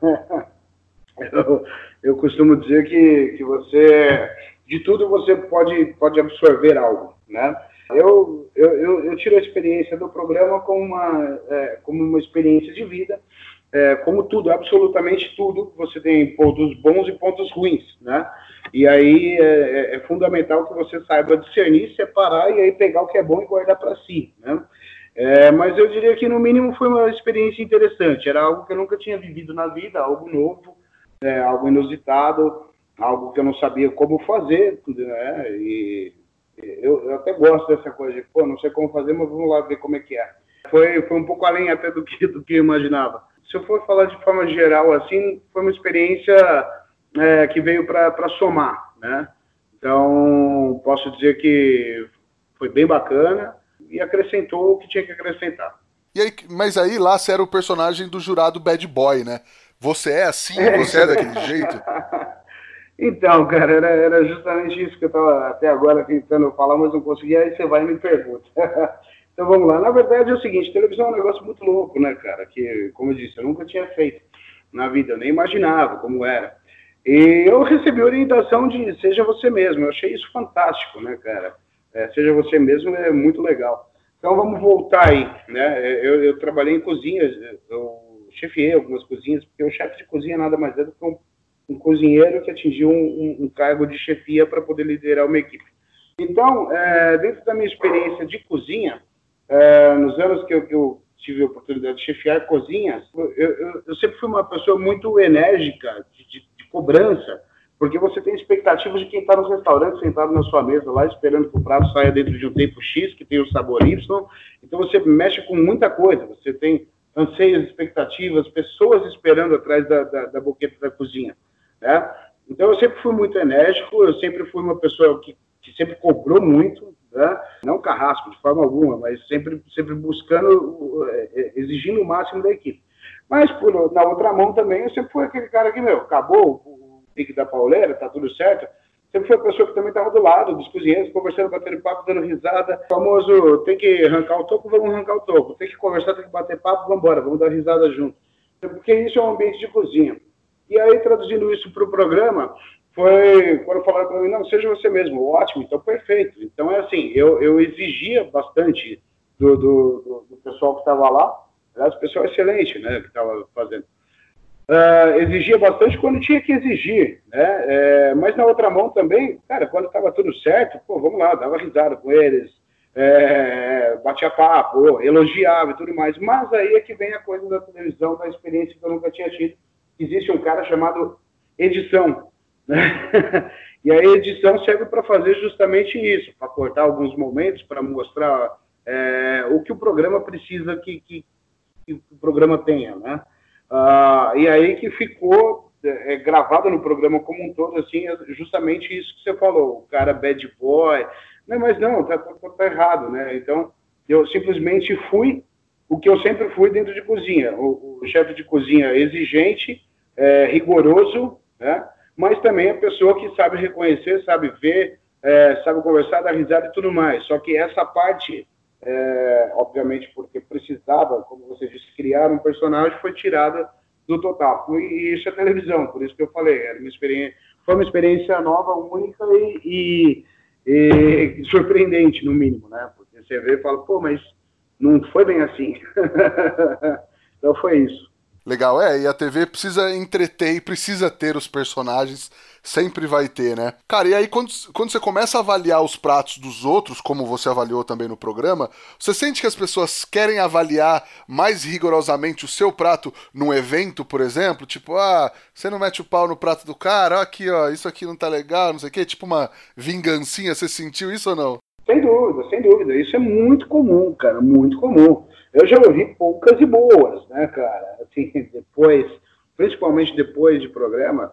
Eu costumo dizer que você, de tudo você pode absorver algo, né? Eu tiro a experiência do programa como uma experiência de vida. Como tudo, absolutamente tudo, você tem pontos bons e pontos ruins, né? E aí é fundamental que você saiba discernir, separar e aí pegar o que é bom e guardar para si, né? Mas eu diria que no mínimo foi uma experiência interessante, era algo que eu nunca tinha vivido na vida, algo novo, algo inusitado, algo que eu não sabia como fazer, né? E eu até gosto dessa coisa de, pô, não sei como fazer, mas vamos lá ver como é que é. Foi um pouco além até do que eu imaginava. Se eu for falar de forma geral, assim, foi uma experiência que veio para somar, né? Então, posso dizer que foi bem bacana e acrescentou o que tinha que acrescentar. E aí, mas aí lá você era o personagem do jurado Bad Boy, né? Você é assim? Você é daquele jeito? Então, cara, era justamente isso que eu estava até agora tentando falar, mas não conseguia, aí você vai e me pergunta. Então vamos lá. Na verdade é o seguinte, televisão é um negócio muito louco, né, cara? Que, como eu disse, eu nunca tinha feito na vida, eu nem imaginava como era. E eu recebi orientação de seja você mesmo. Eu achei isso fantástico, né, cara? Seja você mesmo é muito legal. Então vamos voltar aí, né? Eu trabalhei em cozinhas, eu chefiei algumas cozinhas, porque o chefe de cozinha nada mais é do que um cozinheiro que atingiu um cargo de chefia para poder liderar uma equipe. Então, dentro da minha experiência de cozinha, nos anos que eu tive a oportunidade de chefiar cozinhas, eu sempre fui uma pessoa muito enérgica, de cobrança, porque você tem expectativas de quem está nos restaurantes, sentado na sua mesa lá, esperando que o prato saia dentro de um tempo X, que tem o sabor Y, então você mexe com muita coisa, você tem anseios, expectativas, pessoas esperando atrás da boqueta da cozinha, né? Então eu sempre fui muito enérgico, eu sempre fui uma pessoa que sempre cobrou muito, né? Não carrasco de forma alguma, mas sempre buscando, exigindo o máximo da equipe. Mas na outra mão também, eu sempre fui aquele cara que, acabou o pique da pauleira, tá tudo certo. Sempre fui a pessoa que também estava do lado dos cozinheiros, conversando, batendo papo, dando risada. O famoso, tem que arrancar o toco, vamos arrancar o toco. Tem que conversar, tem que bater papo, vamos embora, vamos dar risada junto. Porque isso é um ambiente de cozinha. E aí, traduzindo isso para o programa, foi quando falaram para mim, não, seja você mesmo. Ótimo, então perfeito. Então é assim, eu exigia bastante do pessoal que estava lá. Aliás, o pessoal excelente, né, que estava fazendo. Exigia bastante quando tinha que exigir, né? Mas na outra mão também, cara, quando estava tudo certo, pô, vamos lá, dava risada com eles, batia papo, elogiava e tudo mais. Mas aí é que vem a coisa da televisão, da experiência que eu nunca tinha tido. Existe um cara chamado edição, né? E a edição serve para fazer justamente isso, para cortar alguns momentos, para mostrar o que o programa precisa que o programa tenha, né? E aí que ficou gravado no programa como um todo, assim, justamente isso que você falou, o cara bad boy, mas não, tá errado, né? Então, eu simplesmente fui o que eu sempre fui dentro de cozinha, o chefe de cozinha exigente, rigoroso, né? Mas também a pessoa que sabe reconhecer, sabe ver, sabe conversar, dar risada e tudo mais. Só que essa parte, obviamente porque precisava, como você disse, criar um personagem, foi tirada do total. E isso é televisão, por isso que eu falei, foi uma experiência nova, única e surpreendente, no mínimo, né? Porque você vê e fala, pô, mas não foi bem assim. Então foi isso. Legal, e a TV precisa entreter e precisa ter os personagens, sempre vai ter, né? Cara, e aí quando você começa a avaliar os pratos dos outros, como você avaliou também no programa, você sente que as pessoas querem avaliar mais rigorosamente o seu prato num evento, por exemplo? Tipo, você não mete o pau no prato do cara, aqui, ó, isso aqui não tá legal, não sei o quê, tipo uma vingancinha, você sentiu isso ou não? Sem dúvida, sem dúvida. Isso é muito comum, cara, muito comum. Eu já ouvi poucas e boas, né, cara? Assim, depois, principalmente depois de programa,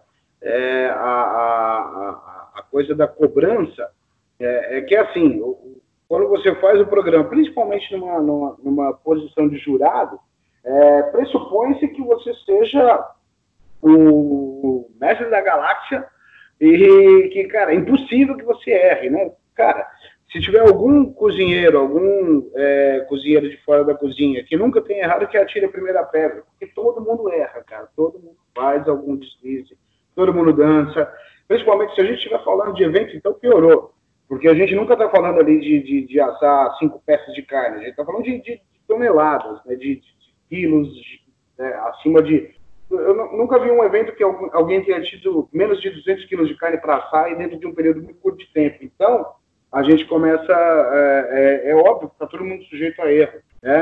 a coisa da cobrança que é assim, quando você faz o programa, principalmente numa posição de jurado, pressupõe-se que você seja o mestre da galáxia e que, cara, é impossível que você erre, né? Cara, se tiver algum cozinheiro, cozinheiro de fora da cozinha que nunca tem errado, que atire a primeira pedra. Porque todo mundo erra, cara. Todo mundo faz algum deslize, todo mundo dança. Principalmente se a gente estiver falando de evento, então piorou. Porque a gente nunca está falando ali de assar 5 peças de carne. A gente está falando de toneladas, né, de quilos, acima de... Eu nunca vi um evento que alguém tenha tido menos de 200 quilos de carne para assar e dentro de um período muito curto de tempo. Então, a gente começa, é óbvio que está todo mundo sujeito a erro.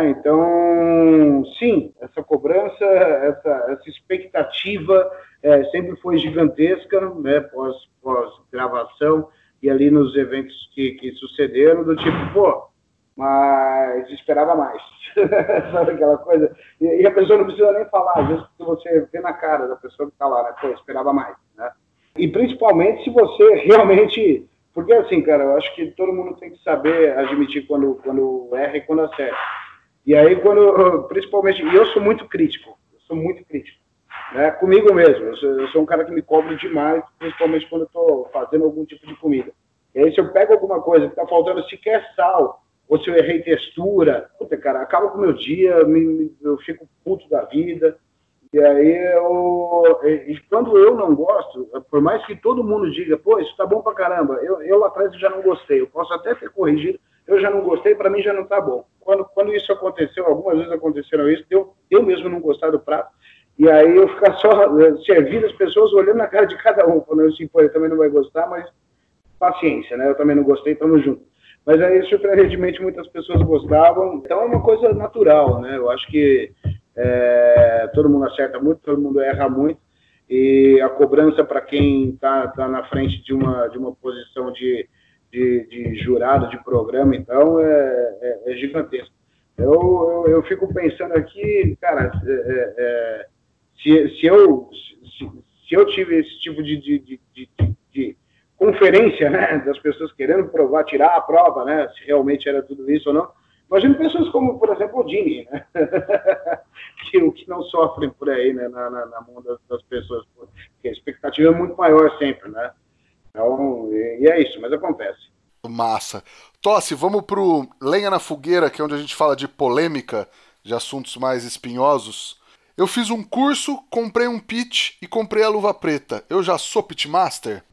Então, sim, essa cobrança, essa expectativa sempre foi gigantesca, né, pós-gravação, e ali nos eventos que sucederam, do tipo, mas esperava mais. Sabe aquela coisa? E a pessoa não precisa nem falar, às vezes você vê na cara da pessoa que está lá, né, esperava mais, né? E principalmente se você realmente... Porque assim, cara, eu acho que todo mundo tem que saber admitir quando erra e quando acerta. E aí, principalmente, e eu sou muito crítico, né? Comigo mesmo. Eu sou um cara que me cobro demais, principalmente quando eu estou fazendo algum tipo de comida. E aí, se eu pego alguma coisa que está faltando sequer sal, ou se eu errei textura, puta, cara, acaba com o meu dia, eu fico puto da vida. E aí, quando eu não gosto, por mais que todo mundo diga, isso tá bom pra caramba, eu lá atrás já não gostei, eu posso até ter corrigido, eu já não gostei, pra mim já não tá bom. Quando isso aconteceu, algumas vezes aconteceram isso, eu mesmo não gostar do prato, e aí eu ficar só servindo as pessoas, olhando na cara de cada um, falando assim, ele também não vai gostar, mas paciência, né, eu também não gostei, tamo junto. Mas aí, surpreendentemente, muitas pessoas gostavam, então é uma coisa natural, né, eu acho que todo mundo acerta muito, todo mundo erra muito, e a cobrança para quem está na frente de uma posição de jurado, de programa, então, é gigantesco. Eu fico pensando aqui, cara, se eu tive esse tipo de conferência, né, das pessoas querendo provar, tirar a prova, né, se realmente era tudo isso ou não, imagina pessoas como, por exemplo, o Jimmy, né? que não sofrem por aí, né? Na mão das pessoas, porque a expectativa é muito maior sempre, né? Então, e é isso, mas acontece. Massa. Tossi, vamos pro Lenha na Fogueira, que é onde a gente fala de polêmica, de assuntos mais espinhosos. Eu fiz um curso, comprei um pit e comprei a luva preta. Eu já sou pitmaster?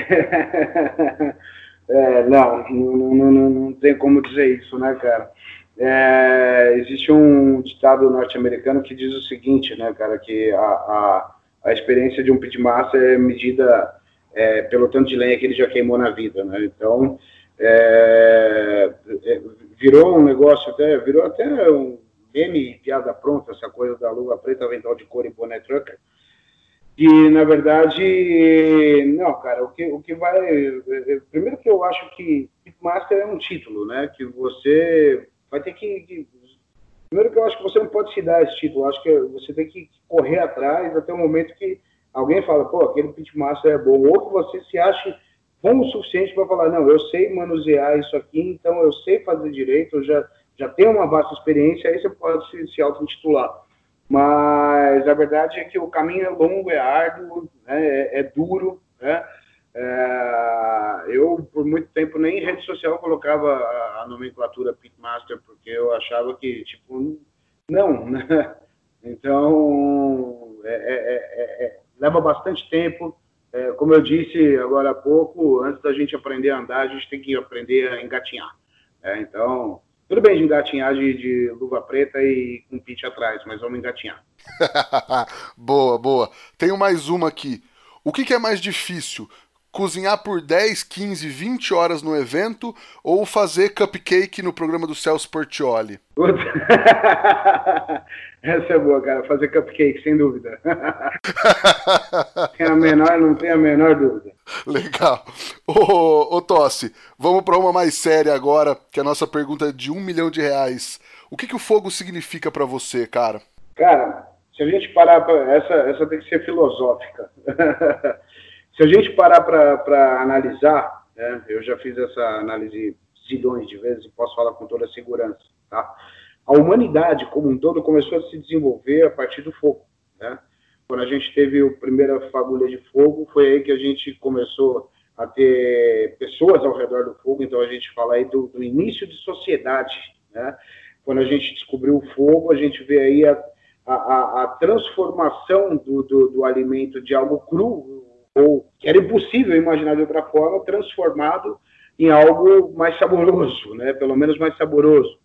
Não tem como dizer isso, né, cara? Existe um ditado norte-americano que diz o seguinte, né, cara, que a experiência de um pitmaster é medida pelo tanto de lenha que ele já queimou na vida, né? Então, virou um negócio, virou até um meme, piada pronta, essa coisa da luva preta, avental de couro e boné trucker. E, na verdade, não, cara, o que vai... Primeiro que eu acho que pitmaster é um título, né, que você vai ter que... Primeiro que eu acho que você não pode se dar esse título, eu acho que você tem que correr atrás até o momento que alguém fala, aquele pitmaster é bom, ou que você se ache bom o suficiente para falar, não, eu sei manusear isso aqui, então eu sei fazer direito, eu já tenho uma vasta experiência, aí você pode se auto-intitular. Mas a verdade é que o caminho é longo, é árduo, né, é duro, né? Eu, por muito tempo, nem em rede social colocava a nomenclatura pitmaster, porque eu achava que, tipo, não, né? Então, leva bastante tempo. Como eu disse agora há pouco, antes da gente aprender a andar, a gente tem que aprender a engatinhar. Então, tudo bem de engatinhar de luva preta e com pit atrás, mas vamos engatinhar. Boa, boa. Tenho mais uma aqui. O que é mais difícil? Cozinhar por 10, 15, 20 horas no evento ou fazer cupcake no programa do Celso Portiolli? Essa é boa, cara. Fazer cupcake, sem dúvida. Não tem a menor dúvida. Legal. Ô Tossi, vamos para uma mais séria agora, que a nossa pergunta é de R$ 1 milhão. O que o fogo significa para você, cara? Cara, se a gente parar pra... Essa tem que ser filosófica. Se a gente parar para analisar, né, eu já fiz essa análise zilhões de vezes e posso falar com toda a segurança, tá? A humanidade como um todo começou a se desenvolver a partir do fogo, né? Quando a gente teve a primeira fagulha de fogo, foi aí que a gente começou a ter pessoas ao redor do fogo, então a gente fala aí do início de sociedade, né? Quando a gente descobriu o fogo, a gente vê aí a transformação do alimento de algo cru, ou que era impossível imaginar de outra forma, transformado em algo mais saboroso, né? Pelo menos mais saboroso.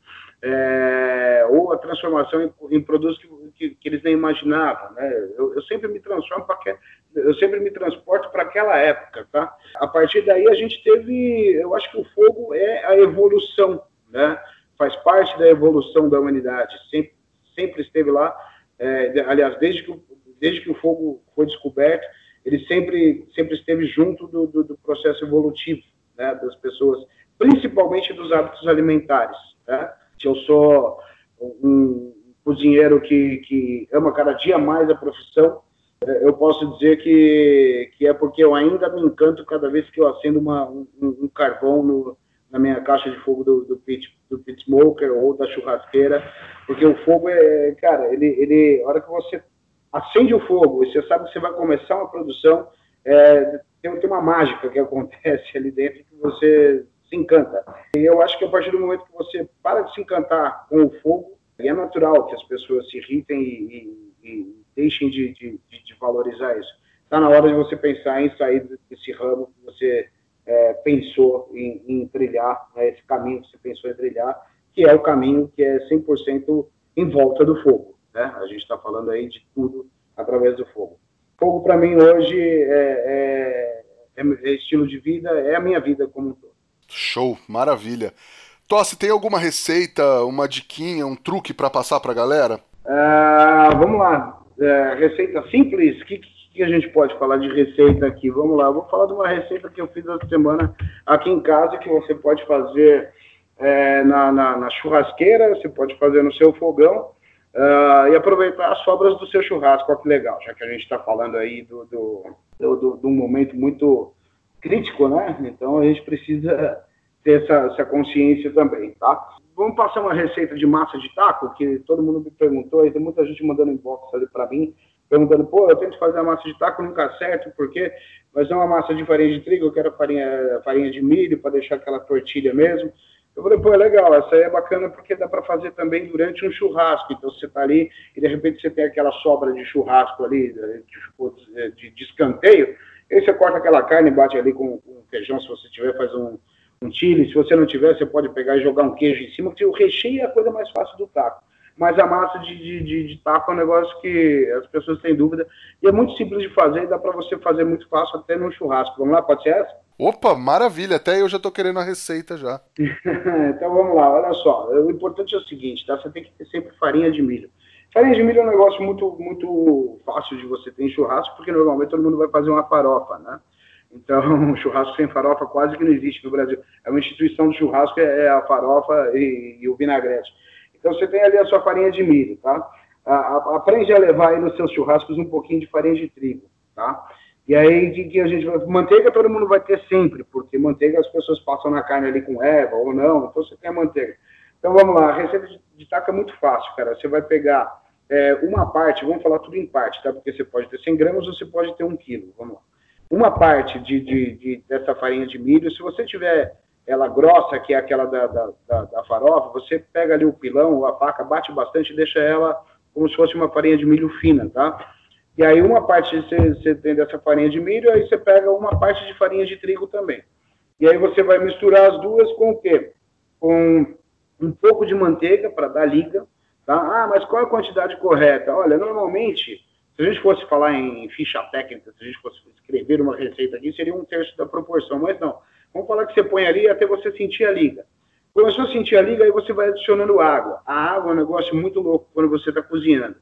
Ou a transformação em produtos que eles nem imaginavam, né? Eu sempre me transformo eu sempre me transporto para aquela época, tá? A partir daí a gente teve, eu acho que o fogo é a evolução, né? Faz parte da evolução da humanidade, sempre esteve lá, aliás, desde que o fogo foi descoberto, ele sempre esteve junto do processo evolutivo, né, das pessoas, principalmente dos hábitos alimentares, né? Se eu sou um cozinheiro que ama cada dia mais a profissão, eu posso dizer que é porque eu ainda me encanto cada vez que eu acendo um carvão na minha caixa de fogo do pit smoker ou da churrasqueira, porque o fogo cara, a hora que você acende o fogo e você sabe que você vai começar uma produção, tem uma mágica que acontece ali dentro que você se encanta. E eu acho que a partir do momento que você para de se encantar com o fogo, é natural que as pessoas se irritem e deixem de valorizar isso. Está na hora de você pensar em sair desse ramo que você pensou em trilhar, né, esse caminho que você pensou em trilhar, que é o caminho que é 100% em volta do fogo, né? A gente está falando aí de tudo através do fogo. Fogo, para mim, hoje é estilo de vida, é a minha vida como um todo. Show, maravilha. Tossi, tem alguma receita, uma diquinha, um truque para passar para a galera? Vamos lá. Receita simples? O que a gente pode falar de receita aqui? Vamos lá. Eu vou falar de uma receita que eu fiz essa semana aqui em casa, que você pode fazer na churrasqueira, você pode fazer no seu fogão, e aproveitar as sobras do seu churrasco. Olha que legal, já que a gente está falando aí de um momento muito crítico, né? Então a gente precisa ter essa consciência também, tá? Vamos passar uma receita de massa de taco, que todo mundo me perguntou, e tem muita gente mandando inbox ali para mim, perguntando, eu tento fazer a massa de taco, nunca acerto, por quê? Mas é uma massa de farinha de trigo, eu quero farinha de milho, para deixar aquela tortilha mesmo. Eu falei, é legal, essa aí é bacana porque dá para fazer também durante um churrasco. Então você está ali e de repente você tem aquela sobra de churrasco ali, de escanteio, e aí você corta aquela carne, bate ali com feijão, se você tiver, faz um chile. Se você não tiver, você pode pegar e jogar um queijo em cima, porque o recheio é a coisa mais fácil do taco. Mas a massa de taco é um negócio que as pessoas têm dúvida. E é muito simples de fazer, e dá para você fazer muito fácil até no churrasco. Vamos lá, pode ser essa? Opa, maravilha, até eu já tô querendo a receita já. Então vamos lá, olha só, o importante é o seguinte, tá? Você tem que ter sempre farinha de milho. Farinha de milho é um negócio muito, muito fácil de você ter em churrasco, porque normalmente todo mundo vai fazer uma farofa, né? Então, churrasco sem farofa quase que não existe no Brasil. É uma instituição do churrasco, é a farofa e o vinagrete. Então você tem ali a sua farinha de milho, tá? Aprende a levar aí nos seus churrascos um pouquinho de farinha de trigo, tá? E aí, que a gente vai... Manteiga todo mundo vai ter sempre, porque manteiga as pessoas passam na carne ali com erva ou não, então você tem a manteiga. Então vamos lá, a receita de taco é muito fácil, cara. Você vai pegar uma parte, vamos falar tudo em parte, tá? Porque você pode ter 100 gramas ou você pode ter 1 quilo, vamos lá. Uma parte dessa farinha de milho, se você tiver ela grossa, que é aquela da farofa, você pega ali o pilão ou a faca, bate bastante e deixa ela como se fosse uma farinha de milho fina, tá? E aí uma parte você tem dessa farinha de milho, aí você pega uma parte de farinha de trigo também. E aí você vai misturar as duas com o quê? Com um pouco de manteiga para dar liga, tá? Ah, mas qual é a quantidade correta? Olha, normalmente, se a gente fosse falar em ficha técnica, se a gente fosse escrever uma receita aqui, seria 1/3 da proporção, mas não. Vamos falar que você põe ali até você sentir a liga. Começou a sentir a liga, aí você vai adicionando água. A água é um negócio muito louco quando você está cozinhando.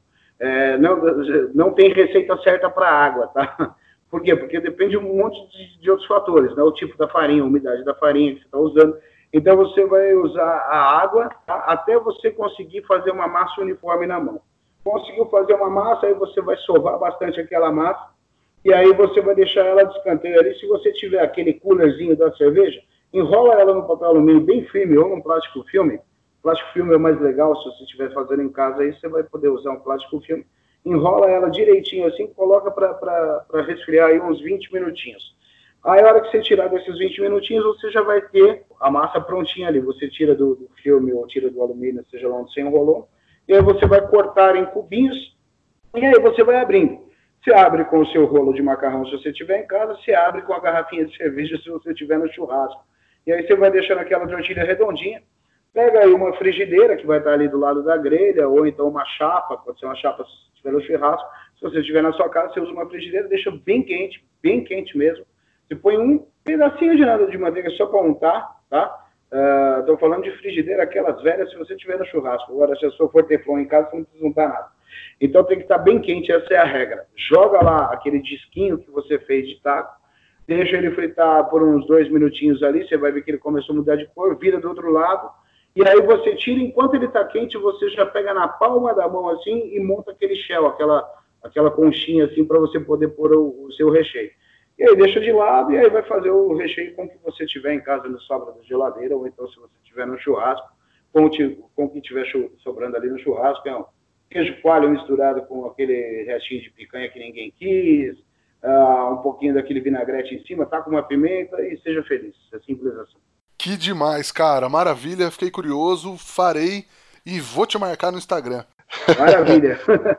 Não tem receita certa para água, tá? Por quê? Porque depende de um monte de outros fatores, né? O tipo da farinha, a umidade da farinha que você está usando. Então você vai usar a água, tá? Até você conseguir fazer uma massa uniforme na mão. Conseguiu fazer uma massa, aí você vai sovar bastante aquela massa, e aí você vai deixar ela de escanteio ali. Se você tiver aquele coolerzinho da cerveja, enrola ela no papel alumínio bem firme ou num plástico filme. Plástico filme é mais legal, se você estiver fazendo em casa aí, você vai poder usar um plástico filme. Enrola ela direitinho assim, coloca para resfriar aí uns 20 minutinhos. Aí, a hora que você tirar desses 20 minutinhos, você já vai ter a massa prontinha ali. Você tira do filme ou tira do alumínio, seja lá onde você enrolou, e aí você vai cortar em cubinhos, e aí você vai abrindo. Você abre com o seu rolo de macarrão se você tiver em casa, você abre com a garrafinha de cerveja se você tiver no churrasco. E aí você vai deixando aquela tortilha redondinha, pega aí uma frigideira que vai estar ali do lado da grelha, ou então uma chapa, pode ser uma chapa se você tiver no churrasco. Se você estiver na sua casa, você usa uma frigideira, deixa bem quente mesmo. Você põe um pedacinho de nada de manteiga só para untar, tá? Estou falando de frigideira, aquelas velhas, se você tiver no churrasco. Agora, se a sua for teflon em casa, você não precisa untar nada. Então tem que estar bem quente, essa é a regra. Joga lá aquele disquinho que você fez de taco, deixa ele fritar por uns 2 minutinhos ali, você vai ver que ele começou a mudar de cor, vira do outro lado, e aí você tira, enquanto ele está quente, você já pega na palma da mão assim e monta aquele shell, aquela conchinha assim, para você poder pôr o seu recheio. E aí deixa de lado, e aí vai fazer o recheio com o que você tiver em casa, no sobra da geladeira, ou então se você tiver no churrasco, com o que tiver sobrando ali no churrasco, é um queijo coalho misturado com aquele restinho de picanha que ninguém quis, um pouquinho daquele vinagrete em cima, tá com uma pimenta e seja feliz. É simples assim. Que demais, cara. Maravilha. Fiquei curioso, farei e vou te marcar no Instagram. Maravilha.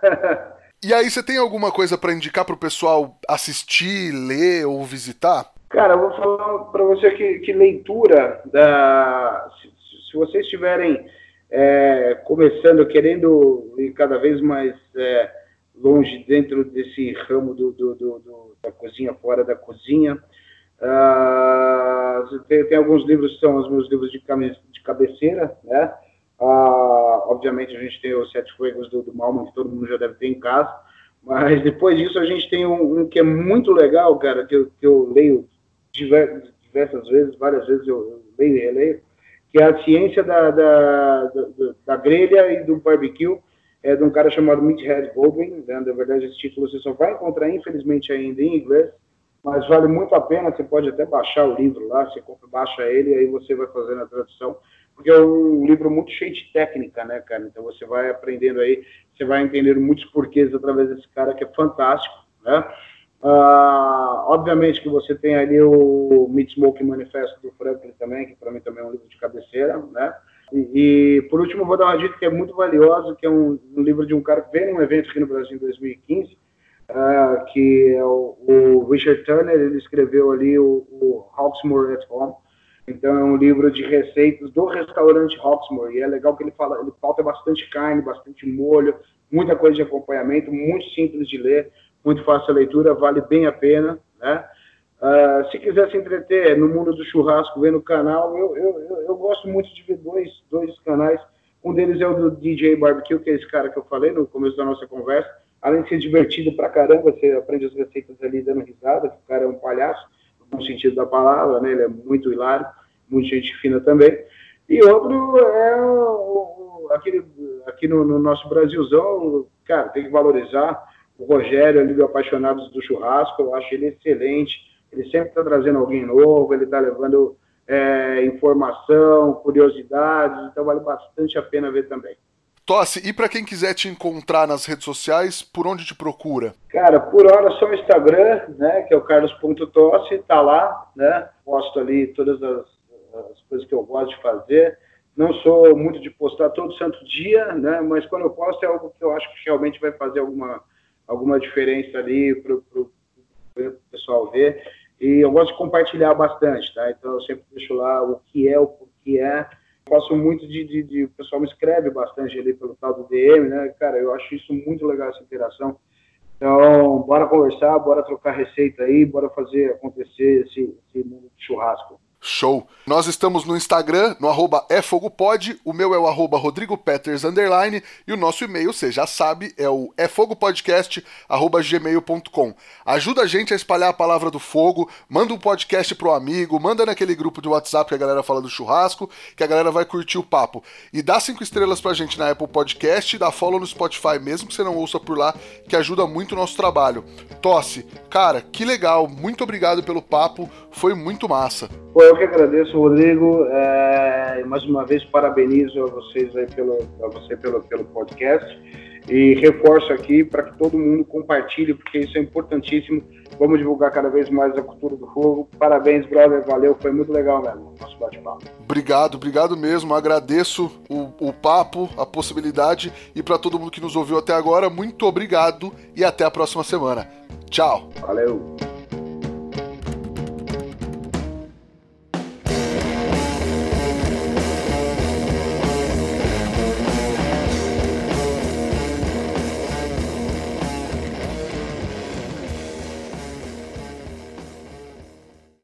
E aí, você tem alguma coisa para indicar pro pessoal assistir, ler ou visitar? Cara, eu vou falar para você que leitura, se vocês estiverem começando, querendo ir cada vez mais longe dentro desse ramo da cozinha, fora da cozinha, tem alguns livros que são os meus livros de cabeceira, né? Obviamente a gente tem os Sete Fuegos do Malman, que todo mundo já deve ter em casa, mas depois disso a gente tem um que é muito legal, cara, que eu leio diversas vezes, várias vezes eu leio e releio, que é a ciência da grelha e do barbecue, de um cara chamado Meathead Baldwin, né? Na verdade esse título você só vai encontrar infelizmente ainda em inglês, mas vale muito a pena, você pode até baixar o livro lá, você baixa ele e aí você vai fazendo a tradução, porque é um livro muito cheio de técnica, né, cara? Então você vai aprendendo aí, você vai entendendo muitos porquês através desse cara que é fantástico, né? Obviamente que você tem ali o Meat Smoking Manifesto do Franklin também, que para mim também é um livro de cabeceira, né? E por último, eu vou dar uma dica que é muito valiosa, que é um livro de um cara que veio num evento aqui no Brasil em 2015, que é o Richard Turner. Ele escreveu ali o Hawksmoor at Home. Então é um livro de receitas do restaurante Hawksmoor, e é legal que ele falta bastante carne, bastante molho, muita coisa de acompanhamento, muito simples de ler, muito fácil a leitura, vale bem a pena, né? Se quiser se entreter no mundo do churrasco, vendo o canal, eu gosto muito de ver dois canais. Um deles é o do DJ Barbecue, que é esse cara que eu falei no começo da nossa conversa. Além de ser divertido pra caramba, você aprende as receitas ali dando risada, que o cara é um palhaço, no sentido da palavra, né? Ele é muito hilário, muito gente fina também. E outro é aqui no nosso Brasilzão, cara, tem que valorizar o Rogério ali do Apaixonados do Churrasco. Eu acho ele excelente, ele sempre está trazendo alguém novo, ele está levando informação, curiosidades, então vale bastante a pena ver também. Tossi, e para quem quiser te encontrar nas redes sociais, por onde te procura? Cara, por hora só o Instagram, né, que é o carlos.tossi, tá lá, né, posto ali todas as coisas que eu gosto de fazer. Não sou muito de postar todo santo dia, né, mas quando eu posto é algo que eu acho que realmente vai fazer alguma diferença ali pro pessoal ver. E eu gosto de compartilhar bastante, tá? Então eu sempre deixo lá o que é, o porquê é, Faço muito o pessoal me escreve bastante ali pelo tal do DM, né? Cara, eu acho isso muito legal, essa interação. Então, bora conversar, bora trocar receita aí, bora fazer acontecer esse mundo de churrasco. Show! Nós estamos no Instagram, no @efogopod, o meu é o @rodrigopeters_, e o nosso e-mail, você já sabe, é o efogopodcast@gmail.com. Ajuda a gente a espalhar a palavra do fogo, manda um podcast pro amigo, manda naquele grupo de WhatsApp que a galera fala do churrasco, que a galera vai curtir o papo. E dá 5 estrelas pra gente na Apple Podcast, dá follow no Spotify, mesmo que você não ouça por lá, que ajuda muito o nosso trabalho. Tosse, cara, que legal, muito obrigado pelo papo, foi muito massa. Eu que agradeço, Rodrigo. Mais uma vez, parabenizo a vocês aí pelo podcast. E reforço aqui para que todo mundo compartilhe, porque isso é importantíssimo. Vamos divulgar cada vez mais a cultura do fogo. Parabéns, brother. Valeu, foi muito legal mesmo, nosso bate-papo. Obrigado mesmo. Agradeço o papo, a possibilidade. E para todo mundo que nos ouviu até agora, muito obrigado e até a próxima semana. Tchau. Valeu.